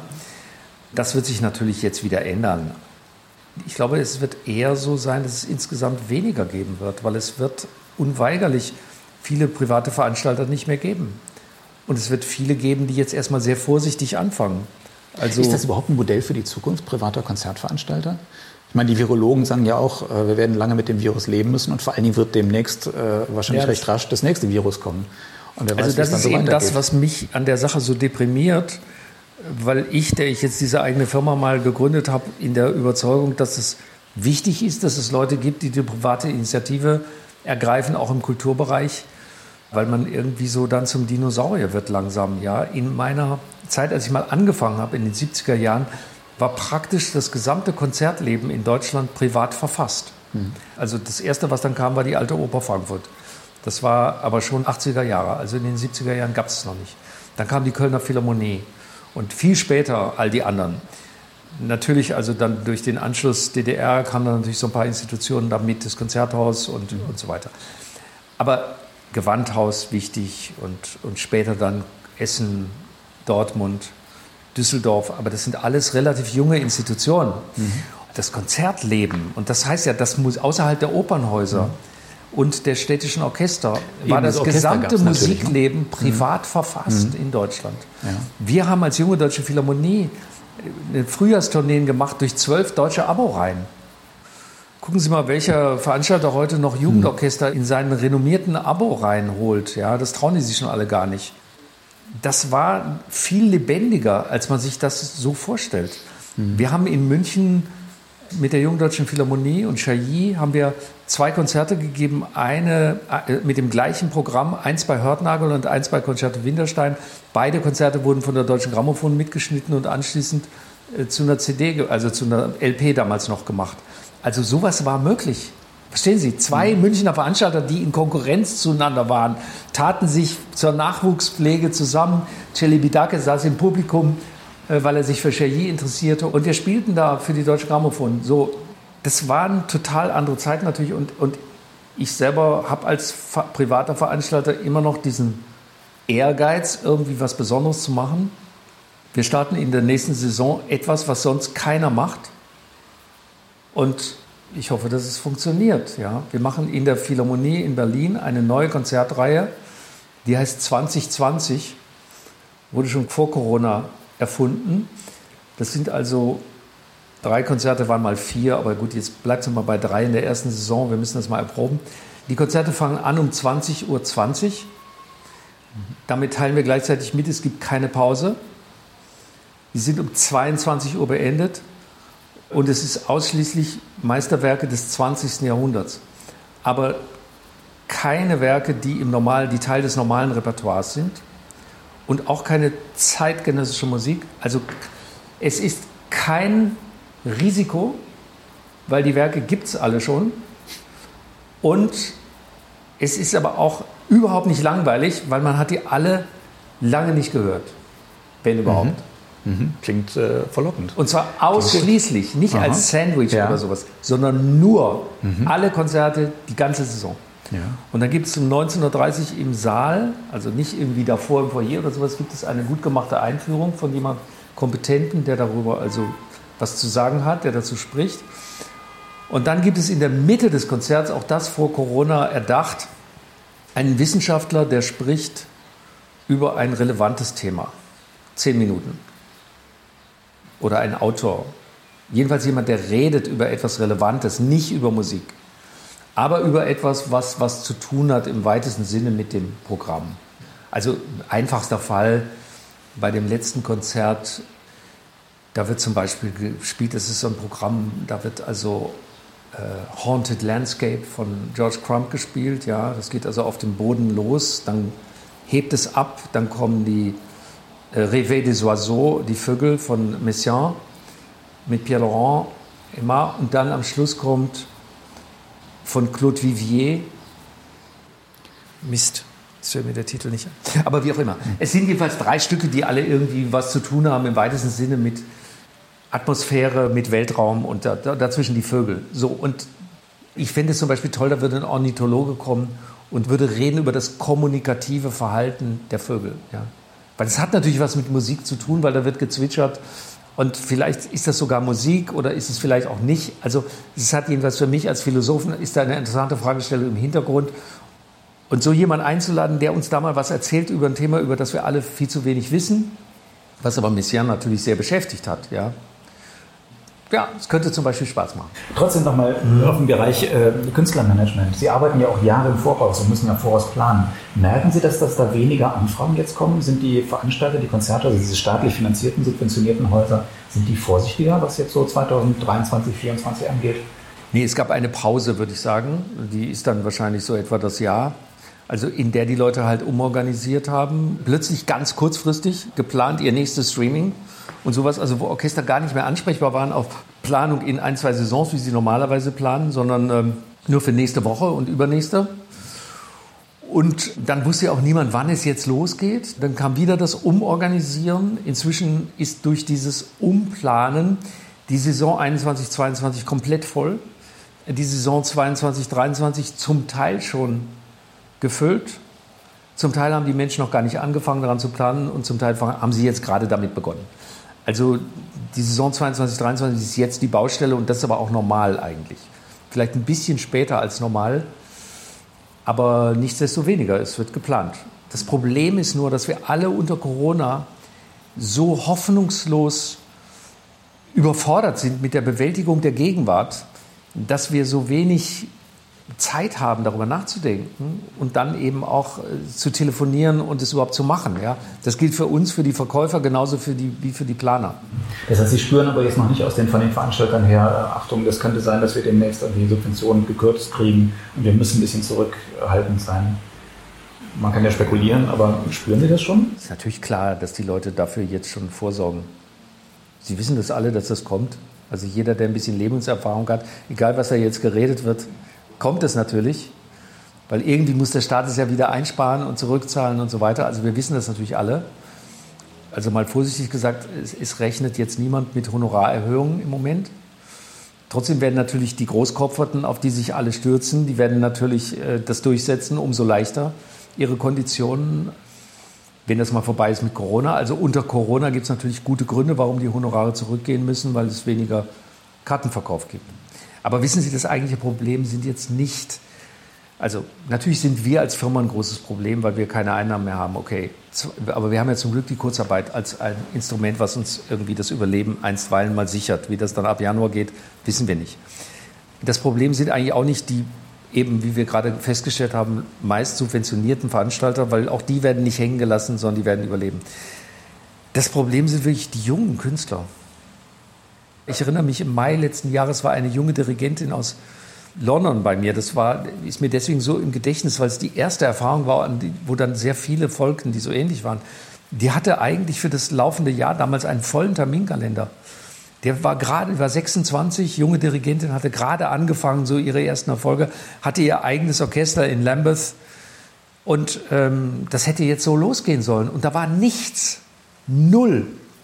Das wird sich natürlich jetzt wieder ändern. Ich glaube, es wird eher so sein, dass es insgesamt weniger geben wird, weil es wird unweigerlich viele private Veranstalter nicht mehr geben. Und es wird viele geben, die jetzt erstmal sehr vorsichtig anfangen. Also ist das überhaupt ein Modell für die Zukunft privater Konzertveranstalter? Ich meine, die Virologen sagen ja auch, wir werden lange mit dem Virus leben müssen und vor allen Dingen wird demnächst äh, wahrscheinlich ja, recht rasch das nächste Virus kommen. Und wer weiß, also das ist so eben das, was mich an der Sache so deprimiert, weil ich, der ich jetzt diese eigene Firma mal gegründet habe, in der Überzeugung, dass es wichtig ist, dass es Leute gibt, die die private Initiative ergreifen, auch im Kulturbereich, weil man irgendwie so dann zum Dinosaurier wird langsam. Ja? In meiner Zeit, als ich mal angefangen habe, in den siebziger Jahren, war praktisch das gesamte Konzertleben in Deutschland privat verfasst. Mhm. Also das Erste, was dann kam, war die Alte Oper Frankfurt. Das war aber schon achtziger Jahre, also in den siebziger Jahren gab es es noch nicht. Dann kam die Kölner Philharmonie. Und viel später all die anderen. Natürlich, also dann durch den Anschluss D D R kamen dann natürlich so ein paar Institutionen damit, das Konzerthaus und, mhm. und so weiter. Aber Gewandhaus wichtig und, und später dann Essen, Dortmund, Düsseldorf. Aber das sind alles relativ junge Institutionen. Mhm. Das Konzertleben, und das heißt ja, das muss außerhalb der Opernhäuser mhm. und der städtischen Orchester Eben war das, das gesamte Musikleben ne? privat mhm. verfasst mhm. in Deutschland. Ja. Wir haben als Junge Deutsche Philharmonie eine Frühjahrstourneen gemacht durch zwölf deutsche Abo-Reihen. Gucken Sie mal, welcher Veranstalter heute noch Jugendorchester mhm. in seinen renommierten Abo-Reihen holt. Ja, das trauen die sich schon alle gar nicht. Das war viel lebendiger, als man sich das so vorstellt. Mhm. Wir haben in München mit der Jungen Deutschen Philharmonie und Chailly haben wir zwei Konzerte gegeben, eine mit dem gleichen Programm, eins bei Hörtnagel und eins bei Concerto Winterstein. Beide Konzerte wurden von der Deutschen Grammophon mitgeschnitten und anschließend zu einer C D, also zu einer L P damals noch gemacht. Also sowas war möglich. Verstehen Sie, zwei mhm. Münchner Veranstalter, die in Konkurrenz zueinander waren, taten sich zur Nachwuchspflege zusammen. Celibidache saß im Publikum, weil er sich für Chailly interessierte. Und wir spielten da für die Deutsche Grammophon. So, das waren total andere Zeiten natürlich. Und, und Ich selber habe als privater Veranstalter immer noch diesen Ehrgeiz, irgendwie was Besonderes zu machen. Wir starten in der nächsten Saison etwas, was sonst keiner macht. Und ich hoffe, dass es funktioniert. Ja. Wir machen in der Philharmonie in Berlin eine neue Konzertreihe, die heißt zwanzig zwanzig, wurde schon vor Corona erfunden. Das sind also drei Konzerte, waren mal vier, aber gut, jetzt bleibt es mal bei drei in der ersten Saison. Wir müssen das mal erproben. Die Konzerte fangen an um zwanzig Uhr zwanzig. Damit teilen wir gleichzeitig mit, es gibt keine Pause. Die sind um zweiundzwanzig Uhr beendet und es ist ausschließlich Meisterwerke des zwanzigsten Jahrhunderts. Aber keine Werke, die, im Normal, die Teil des normalen Repertoires sind und auch keine zeitgenössische Musik. Also es ist kein Risiko, weil die Werke gibt es alle schon. Und es ist aber auch überhaupt nicht langweilig, weil man hat die alle lange nicht gehört, wenn überhaupt. Mhm. Mhm. Klingt äh, verlockend. Und zwar ausschließlich, nicht Aha. als Sandwich ja. oder sowas, sondern nur mhm. alle Konzerte, die ganze Saison. Ja. Und dann gibt es um neunzehn Uhr dreißig im Saal, also nicht irgendwie davor im Foyer oder sowas, gibt es eine gut gemachte Einführung von jemandem Kompetenten, der darüber also was zu sagen hat, der dazu spricht. Und dann gibt es in der Mitte des Konzerts, auch das vor Corona erdacht, einen Wissenschaftler, der spricht über ein relevantes Thema. Zehn Minuten. Oder ein Autor. Jedenfalls jemand, der redet über etwas Relevantes, nicht über Musik. Aber über etwas, was, was zu tun hat im weitesten Sinne mit dem Programm. Also einfachster Fall bei dem letzten Konzert, da wird zum Beispiel gespielt, das ist so ein Programm, da wird also äh, Haunted Landscape von George Crumb gespielt. Ja, das geht also auf dem Boden los, dann hebt es ab, dann kommen die äh, Réveil des Oiseaux, die Vögel von Messiaen mit Pierre-Laurent Aimard und dann am Schluss kommt von Claude Vivier, Mist, das fällt mir der Titel nicht ein. Aber wie auch immer. Es sind jedenfalls drei Stücke, die alle irgendwie was zu tun haben, im weitesten Sinne mit Atmosphäre, mit Weltraum und da, da, dazwischen die Vögel. So, und ich fände es zum Beispiel toll, da würde ein Ornithologe kommen und würde reden über das kommunikative Verhalten der Vögel. Ja. Weil es hat natürlich was mit Musik zu tun, weil da wird gezwitschert. Und vielleicht ist das sogar Musik oder ist es vielleicht auch nicht. Also es hat jedenfalls für mich als Philosophen ist da eine interessante Fragestellung im Hintergrund. Und so jemanden einzuladen, der uns da mal was erzählt über ein Thema, über das wir alle viel zu wenig wissen, was aber Messiaen natürlich sehr beschäftigt hat. Ja, ja, es könnte zum Beispiel Spaß machen. Trotzdem nochmal auf den Bereich äh, Künstlermanagement. Sie arbeiten ja auch Jahre im Voraus und müssen ja voraus planen. Merken Sie, dass, dass da weniger Anfragen jetzt kommen? Sind die Veranstalter, die Konzerte, also diese staatlich finanzierten, subventionierten Häuser, sind die vorsichtiger, was jetzt so zwanzig dreiundzwanzig, vierundzwanzig angeht? Nee, es gab eine Pause, würde ich sagen. Die ist dann wahrscheinlich so etwa das Jahr. Also in der die Leute halt umorganisiert haben. Plötzlich ganz kurzfristig geplant ihr nächstes Streaming und sowas. Also wo Orchester gar nicht mehr ansprechbar waren auf Planung in ein, zwei Saisons, wie sie normalerweise planen, sondern ähm, nur für nächste Woche und übernächste. Und dann wusste ja auch niemand, wann es jetzt losgeht. Dann kam wieder das Umorganisieren. Inzwischen ist durch dieses Umplanen die Saison einundzwanzig zweiundzwanzig komplett voll. Die Saison zweiundzwanzig dreiundzwanzig zum Teil schon gefüllt. Zum Teil haben die Menschen noch gar nicht angefangen, daran zu planen und zum Teil haben sie jetzt gerade damit begonnen. Also die Saison zweiundzwanzig dreiundzwanzig ist jetzt die Baustelle und das ist aber auch normal eigentlich. Vielleicht ein bisschen später als normal, aber nichtsdestoweniger, es wird geplant. Das Problem ist nur, dass wir alle unter Corona so hoffnungslos überfordert sind mit der Bewältigung der Gegenwart, dass wir so wenig Zeit haben, darüber nachzudenken und dann eben auch äh, zu telefonieren und es überhaupt zu machen. Ja? Das gilt für uns, für die Verkäufer, genauso für die, wie für die Planer. Das heißt, Sie spüren aber jetzt noch nicht aus den, von den Veranstaltern her, äh, Achtung, das könnte sein, dass wir demnächst die Subventionen gekürzt kriegen und wir müssen ein bisschen zurückhaltend sein. Man kann ja spekulieren, aber spüren Sie das schon? Es ist natürlich klar, dass die Leute dafür jetzt schon vorsorgen. Sie wissen das alle, dass das kommt. Also jeder, der ein bisschen Lebenserfahrung hat, egal was da jetzt geredet wird, kommt es natürlich, weil irgendwie muss der Staat es ja wieder einsparen und zurückzahlen und so weiter. Also wir wissen das natürlich alle. Also mal vorsichtig gesagt, es, es rechnet jetzt niemand mit Honorarerhöhungen im Moment. Trotzdem werden natürlich die Großkopferten, auf die sich alle stürzen, die werden natürlich äh, das durchsetzen, umso leichter ihre Konditionen, wenn das mal vorbei ist mit Corona. Also unter Corona gibt es natürlich gute Gründe, warum die Honorare zurückgehen müssen, weil es weniger Kartenverkauf gibt. Aber wissen Sie, das eigentliche Problem sind jetzt nicht, also natürlich sind wir als Firma ein großes Problem, weil wir keine Einnahmen mehr haben, okay. Aber wir haben ja zum Glück die Kurzarbeit als ein Instrument, was uns irgendwie das Überleben einstweilen mal sichert. Wie das dann ab Januar geht, wissen wir nicht. Das Problem sind eigentlich auch nicht die, eben wie wir gerade festgestellt haben, meist subventionierten Veranstalter, weil auch die werden nicht hängen gelassen, sondern die werden überleben. Das Problem sind wirklich die jungen Künstler. Ich erinnere mich, im Mai letzten Jahres war eine junge Dirigentin aus London bei mir. Das war, ist mir deswegen so im Gedächtnis, weil es die erste Erfahrung war, wo dann sehr viele folgten, die so ähnlich waren. Die hatte eigentlich für das laufende Jahr damals einen vollen Terminkalender. Der war gerade, war sechsundzwanzig, junge Dirigentin, hatte gerade angefangen, so ihre ersten Erfolge, hatte ihr eigenes Orchester in Lambeth und ähm, das hätte jetzt so losgehen sollen. Und da war nichts, null.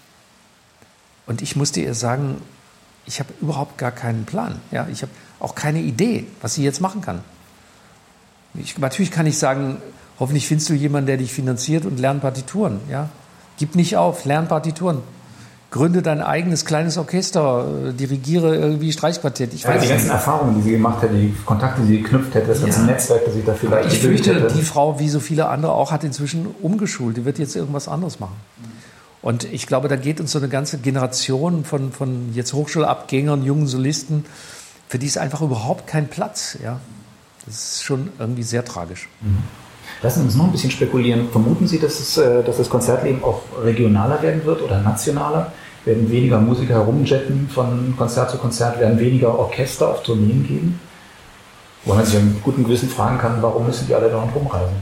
Und ich musste ihr sagen, ich habe überhaupt gar keinen Plan. Ja, ich habe auch keine Idee, was sie jetzt machen kann. Ich, natürlich kann ich sagen, hoffentlich findest du jemanden, der dich finanziert und lern Partituren. Ja? Gib nicht auf, lern Partituren. Gründe dein eigenes kleines Orchester, dirigiere irgendwie Streichquartett. Ich ja, weiß die ganzen Erfahrungen, die sie gemacht hätte, die Kontakte, die sie geknüpft hätte, das ganze ja. Netzwerk, das sie da vielleicht Ich fürchte, hätte. Die Frau, wie so viele andere auch, hat inzwischen umgeschult. Die wird jetzt irgendwas anderes machen. Und ich glaube, da geht uns so eine ganze Generation von, von jetzt Hochschulabgängern, jungen Solisten, für die ist einfach überhaupt kein Platz. Ja? Das ist schon irgendwie sehr tragisch. Mhm. Lassen Sie uns noch ein bisschen spekulieren. Vermuten Sie, dass, es, dass das Konzertleben auch regionaler werden wird oder nationaler? Werden weniger Musiker herumjetten von Konzert zu Konzert? Werden weniger Orchester auf Tourneen geben? Wo man sich mit gutem Gewissen fragen kann, warum müssen die alle da rumreisen?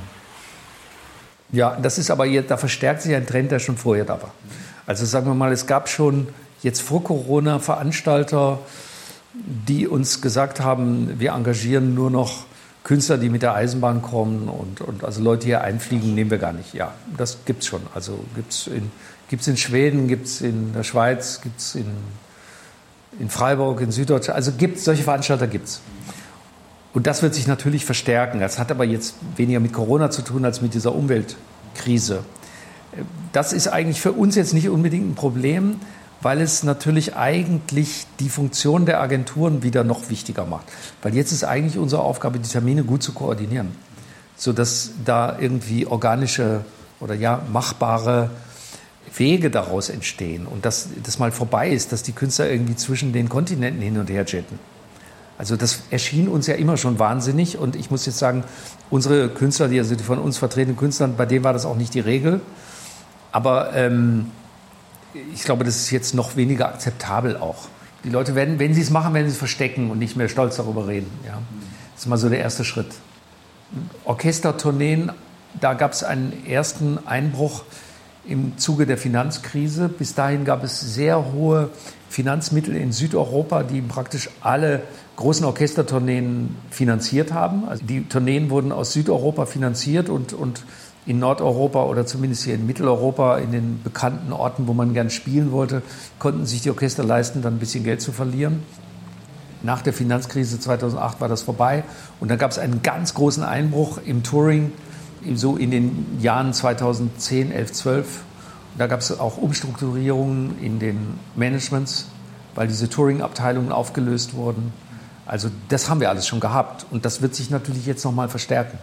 Ja, das ist aber jetzt, da verstärkt sich ein Trend, der schon vorher da war. Also sagen wir mal, es gab schon jetzt vor Corona Veranstalter, die uns gesagt haben, wir engagieren nur noch Künstler, die mit der Eisenbahn kommen und, und also Leute hier einfliegen, nehmen wir gar nicht. Ja, das gibt's schon. Also gibt's in, gibt's in Schweden, gibt's in der Schweiz, gibt's in, in Freiburg, in Süddeutschland. Also gibt's, solche Veranstalter gibt's. Und das wird sich natürlich verstärken. Das hat aber jetzt weniger mit Corona zu tun als mit dieser Umweltkrise. Das ist eigentlich für uns jetzt nicht unbedingt ein Problem, weil es natürlich eigentlich die Funktion der Agenturen wieder noch wichtiger macht. Weil jetzt ist eigentlich unsere Aufgabe, die Termine gut zu koordinieren, sodass da irgendwie organische oder ja machbare Wege daraus entstehen und dass das mal vorbei ist, dass die Künstler irgendwie zwischen den Kontinenten hin und her jetten. Also das erschien uns ja immer schon wahnsinnig und ich muss jetzt sagen, unsere Künstler, die, also die von uns vertretenen Künstler, bei denen war das auch nicht die Regel, aber ähm, ich glaube, das ist jetzt noch weniger akzeptabel auch. Die Leute werden, wenn sie es machen, werden sie es verstecken und nicht mehr stolz darüber reden. Ja. Das ist mal so der erste Schritt. Orchestertourneen, da gab es einen ersten Einbruch im Zuge der Finanzkrise. Bis dahin gab es sehr hohe Finanzmittel in Südeuropa, die praktisch alle großen Orchestertourneen finanziert haben. Also die Tourneen wurden aus Südeuropa finanziert und, und in Nordeuropa oder zumindest hier in Mitteleuropa, in den bekannten Orten, wo man gern spielen wollte, konnten sich die Orchester leisten, dann ein bisschen Geld zu verlieren. Nach der Finanzkrise zweitausendacht war das vorbei und dann gab es einen ganz großen Einbruch im Touring, so in den Jahren zweitausendzehn, elf, zwölf. Da gab es auch Umstrukturierungen in den Managements, weil diese Touring-Abteilungen aufgelöst wurden. Also das haben wir alles schon gehabt und das wird sich natürlich jetzt nochmal verstärken.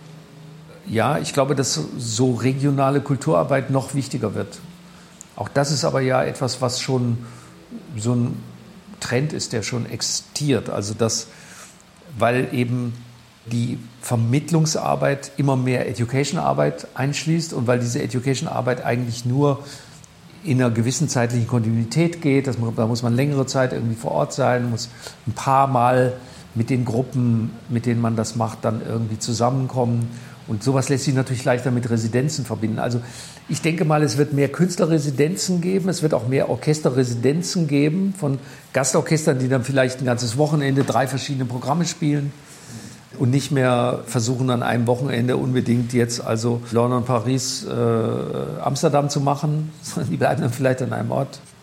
Ja, ich glaube, dass so regionale Kulturarbeit noch wichtiger wird. Auch das ist aber ja etwas, was schon so ein Trend ist, der schon existiert. Also das, weil eben die Vermittlungsarbeit immer mehr Education-Arbeit einschließt und weil diese Education-Arbeit eigentlich nur in einer gewissen zeitlichen Kontinuität geht. Das, da muss man längere Zeit irgendwie vor Ort sein, muss ein paar Mal mit den Gruppen, mit denen man das macht, dann irgendwie zusammenkommen. Und sowas lässt sich natürlich leichter mit Residenzen verbinden. Also ich denke mal, es wird mehr Künstlerresidenzen geben, es wird auch mehr Orchesterresidenzen geben von Gastorchestern, die dann vielleicht ein ganzes Wochenende drei verschiedene Programme spielen und nicht mehr versuchen, an einem Wochenende unbedingt jetzt also London, Paris, äh, Amsterdam zu machen, sondern die bleiben dann vielleicht an einem Ort.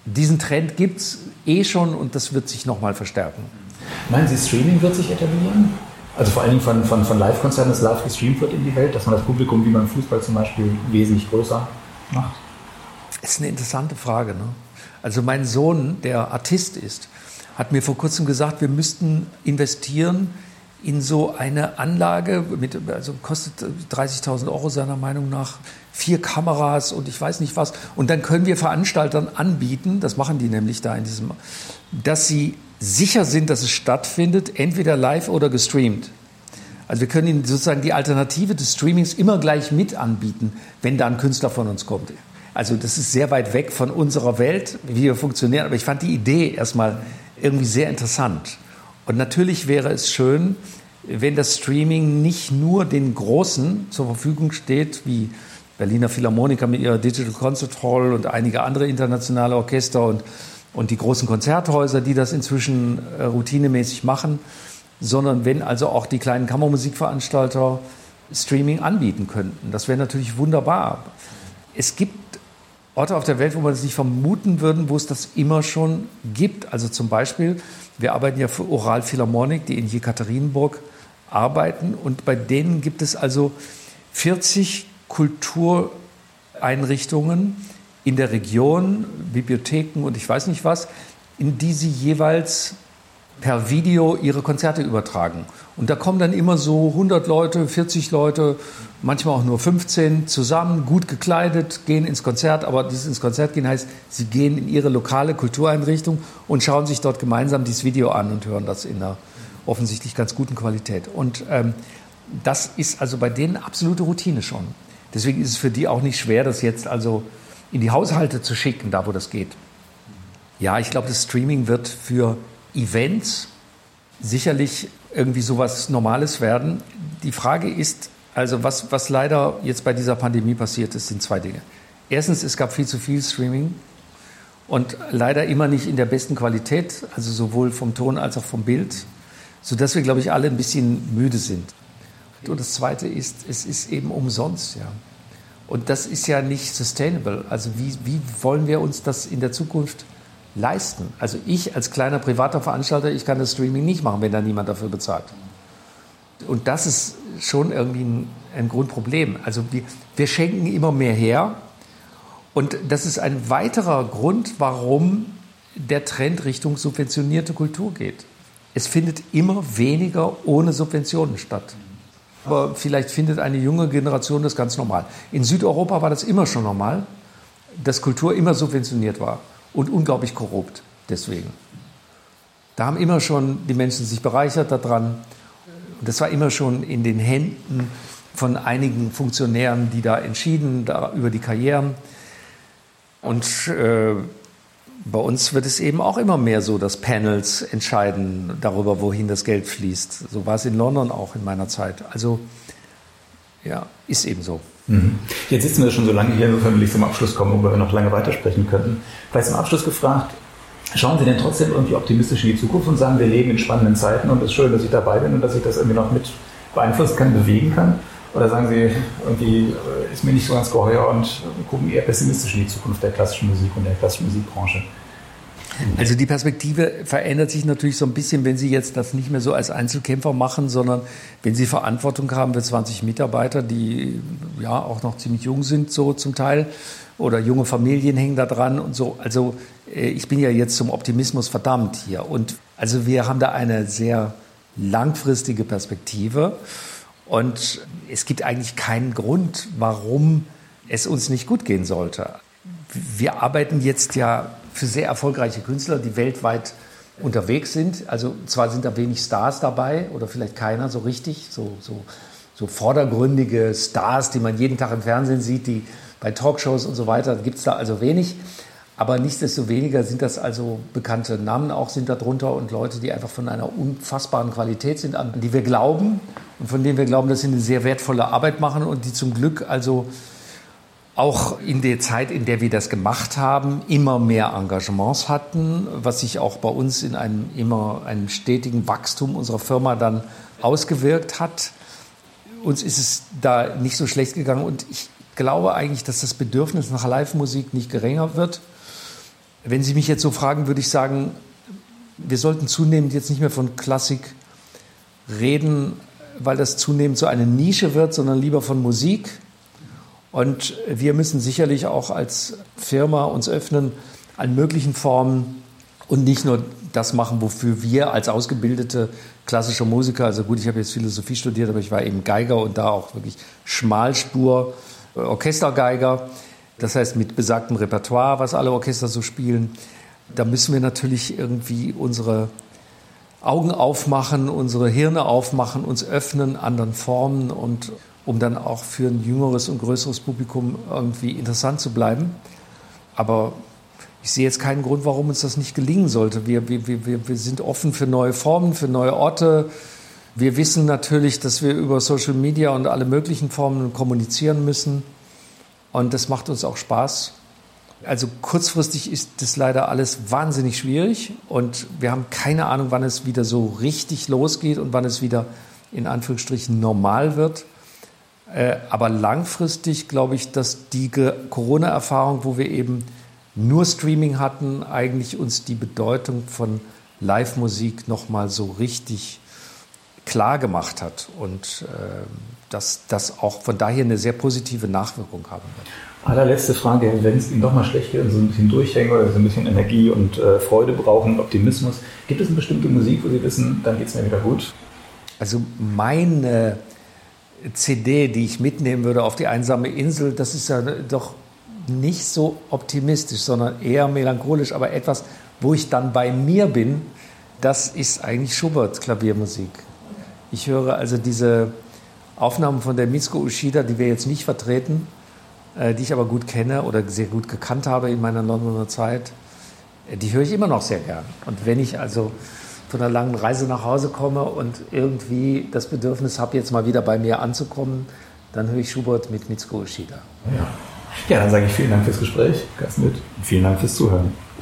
diesen Trend gibt es eh schon und das wird sich nochmal verstärken. Meinen Sie, Streaming wird sich etablieren? Also vor allen Dingen von, von, von Live-Konzerten, dass live gestreamt wird in die Welt, dass man das Publikum wie beim Fußball zum Beispiel wesentlich größer macht? Das ist eine interessante Frage. Ne? Also mein Sohn, der Artist ist, hat mir vor kurzem gesagt, wir müssten investieren in so eine Anlage, mit, also kostet dreißigtausend Euro seiner Meinung nach, vier Kameras und ich weiß nicht was. Und dann können wir Veranstaltern anbieten, das machen die nämlich da in diesem, dass sie sicher sind, dass es stattfindet, entweder live oder gestreamt. Also wir können ihnen sozusagen die Alternative des Streamings immer gleich mit anbieten, wenn da ein Künstler von uns kommt. Also das ist sehr weit weg von unserer Welt, wie wir funktionieren. Aber ich fand die Idee erstmal irgendwie sehr interessant. Und natürlich wäre es schön, wenn das Streaming nicht nur den Großen zur Verfügung steht, wie Berliner Philharmoniker mit ihrer Digital Concert Hall und einige andere internationale Orchester und, und die großen Konzerthäuser, die das inzwischen äh, routinemäßig machen, sondern wenn also auch die kleinen Kammermusikveranstalter Streaming anbieten könnten. Das wäre natürlich wunderbar. Es gibt Orte auf der Welt, wo man das nicht vermuten würde, wo es das immer schon gibt. Also zum Beispiel, wir arbeiten ja für Oral Philharmonic, die in Jekaterinburg arbeiten. Und bei denen gibt es also vierzig Kultureinrichtungen in der Region, Bibliotheken und ich weiß nicht was, in die sie jeweils per Video ihre Konzerte übertragen. Und da kommen dann immer so hundert Leute, vierzig Leute, manchmal auch nur fünfzehn zusammen, gut gekleidet, gehen ins Konzert. Aber dieses ins Konzert gehen heißt, sie gehen in ihre lokale Kultureinrichtung und schauen sich dort gemeinsam dieses Video an und hören das in einer offensichtlich ganz guten Qualität. Und ähm, das ist also bei denen absolute Routine schon. Deswegen ist es für die auch nicht schwer, das jetzt also in die Haushalte zu schicken, da wo das geht. Ja, ich glaube, das Streaming wird für Events sicherlich irgendwie sowas Normales werden. Die Frage ist, also was, was leider jetzt bei dieser Pandemie passiert ist, sind zwei Dinge. Erstens, es gab viel zu viel Streaming und leider immer nicht in der besten Qualität, also sowohl vom Ton als auch vom Bild, sodass wir, glaube ich, alle ein bisschen müde sind. Und das Zweite ist, es ist eben umsonst, ja. Und das ist ja nicht sustainable. Also wie, wie wollen wir uns das in der Zukunft leisten? Also ich als kleiner privater Veranstalter, ich kann das Streaming nicht machen, wenn da niemand dafür bezahlt. Und das ist schon irgendwie ein, ein Grundproblem. Also wir, wir schenken immer mehr her und das ist ein weiterer Grund, warum der Trend Richtung subventionierte Kultur geht. Es findet immer weniger ohne Subventionen statt. Aber vielleicht findet eine junge Generation das ganz normal. In Südeuropa war das immer schon normal, dass Kultur immer subventioniert war. Und unglaublich korrupt deswegen. Da haben immer schon die Menschen sich bereichert daran. Und das war immer schon in den Händen von einigen Funktionären, die da entschieden da über die Karrieren. Und äh, bei uns wird es eben auch immer mehr so, dass Panels entscheiden darüber, wohin das Geld fließt. So war es in London auch in meiner Zeit. Also ja, ist eben so. Mhm. Jetzt sitzen wir schon so lange hier, insofern will ich zum Abschluss kommen, wo wir noch lange weitersprechen könnten. Vielleicht zum Abschluss gefragt, schauen Sie denn trotzdem irgendwie optimistisch in die Zukunft und sagen, wir leben in spannenden Zeiten und es ist schön, dass ich dabei bin und dass ich das irgendwie noch mit beeinflussen kann, bewegen kann? Oder sagen Sie, irgendwie ist mir nicht so ganz geheuer und gucken eher pessimistisch in die Zukunft der klassischen Musik und der klassischen Musikbranche? Also die Perspektive verändert sich natürlich so ein bisschen, wenn Sie jetzt das nicht mehr so als Einzelkämpfer machen, sondern wenn Sie Verantwortung haben für zwanzig Mitarbeiter, die ja auch noch ziemlich jung sind, so zum Teil, oder junge Familien hängen da dran und so. Also ich bin ja jetzt zum Optimismus verdammt hier. Und also wir haben da eine sehr langfristige Perspektive und es gibt eigentlich keinen Grund, warum es uns nicht gut gehen sollte. Wir arbeiten jetzt ja für sehr erfolgreiche Künstler, die weltweit unterwegs sind. Also zwar sind da wenig Stars dabei oder vielleicht keiner so richtig, so, so, so vordergründige Stars, die man jeden Tag im Fernsehen sieht, die bei Talkshows und so weiter, gibt es da also wenig. Aber nichtsdestoweniger sind das also bekannte Namen auch sind da drunter und Leute, die einfach von einer unfassbaren Qualität sind, an die wir glauben und von denen wir glauben, dass sie eine sehr wertvolle Arbeit machen und die zum Glück also auch in der Zeit, in der wir das gemacht haben, immer mehr Engagements hatten, was sich auch bei uns in einem immer einem stetigen Wachstum unserer Firma dann ausgewirkt hat. Uns ist es da nicht so schlecht gegangen und ich glaube eigentlich, dass das Bedürfnis nach Live-Musik nicht geringer wird. Wenn Sie mich jetzt so fragen, würde ich sagen, wir sollten zunehmend jetzt nicht mehr von Klassik reden, weil das zunehmend so eine Nische wird, sondern lieber von Musik. Und wir müssen sicherlich auch als Firma uns öffnen an möglichen Formen und nicht nur das machen, wofür wir als ausgebildete klassische Musiker, also gut, ich habe jetzt Philosophie studiert, aber ich war eben Geiger und da auch wirklich Schmalspur, Orchestergeiger, das heißt mit besagtem Repertoire, was alle Orchester so spielen. Da müssen wir natürlich irgendwie unsere Augen aufmachen, unsere Hirne aufmachen, uns öffnen, anderen Formen und um dann auch für ein jüngeres und größeres Publikum irgendwie interessant zu bleiben. Aber ich sehe jetzt keinen Grund, warum uns das nicht gelingen sollte. Wir, wir, wir, wir sind offen für neue Formen, für neue Orte. Wir wissen natürlich, dass wir über Social Media und alle möglichen Formen kommunizieren müssen. Und das macht uns auch Spaß. Also kurzfristig ist das leider alles wahnsinnig schwierig. Und wir haben keine Ahnung, wann es wieder so richtig losgeht und wann es wieder in Anführungsstrichen normal wird. Aber langfristig glaube ich, dass die Corona-Erfahrung, wo wir eben nur Streaming hatten, eigentlich uns die Bedeutung von Live-Musik nochmal so richtig klar gemacht hat und äh, dass das auch von daher eine sehr positive Nachwirkung haben wird. Allerletzte Frage, wenn es Ihnen doch mal schlecht geht und so ein bisschen durchhängen oder so ein bisschen Energie und äh, Freude brauchen, Optimismus, gibt es eine bestimmte Musik, wo Sie wissen, dann geht es mir wieder gut? Also meine C D, die ich mitnehmen würde auf die einsame Insel, das ist ja doch nicht so optimistisch, sondern eher melancholisch, aber etwas, wo ich dann bei mir bin, das ist eigentlich Schubert Klaviermusik. Ich höre also diese Aufnahmen von der Mitsuko Uchida, die wir jetzt nicht vertreten, äh, die ich aber gut kenne oder sehr gut gekannt habe in meiner Londoner Zeit, äh, die höre ich immer noch sehr gern. Und wenn ich also von einer langen Reise nach Hause komme und irgendwie das Bedürfnis habe, jetzt mal wieder bei mir anzukommen, dann höre ich Schubert mit Mitsuko Uchida. Ja. Ja, dann sage ich vielen Dank fürs Gespräch, Carsten Witt. Vielen Dank fürs Zuhören.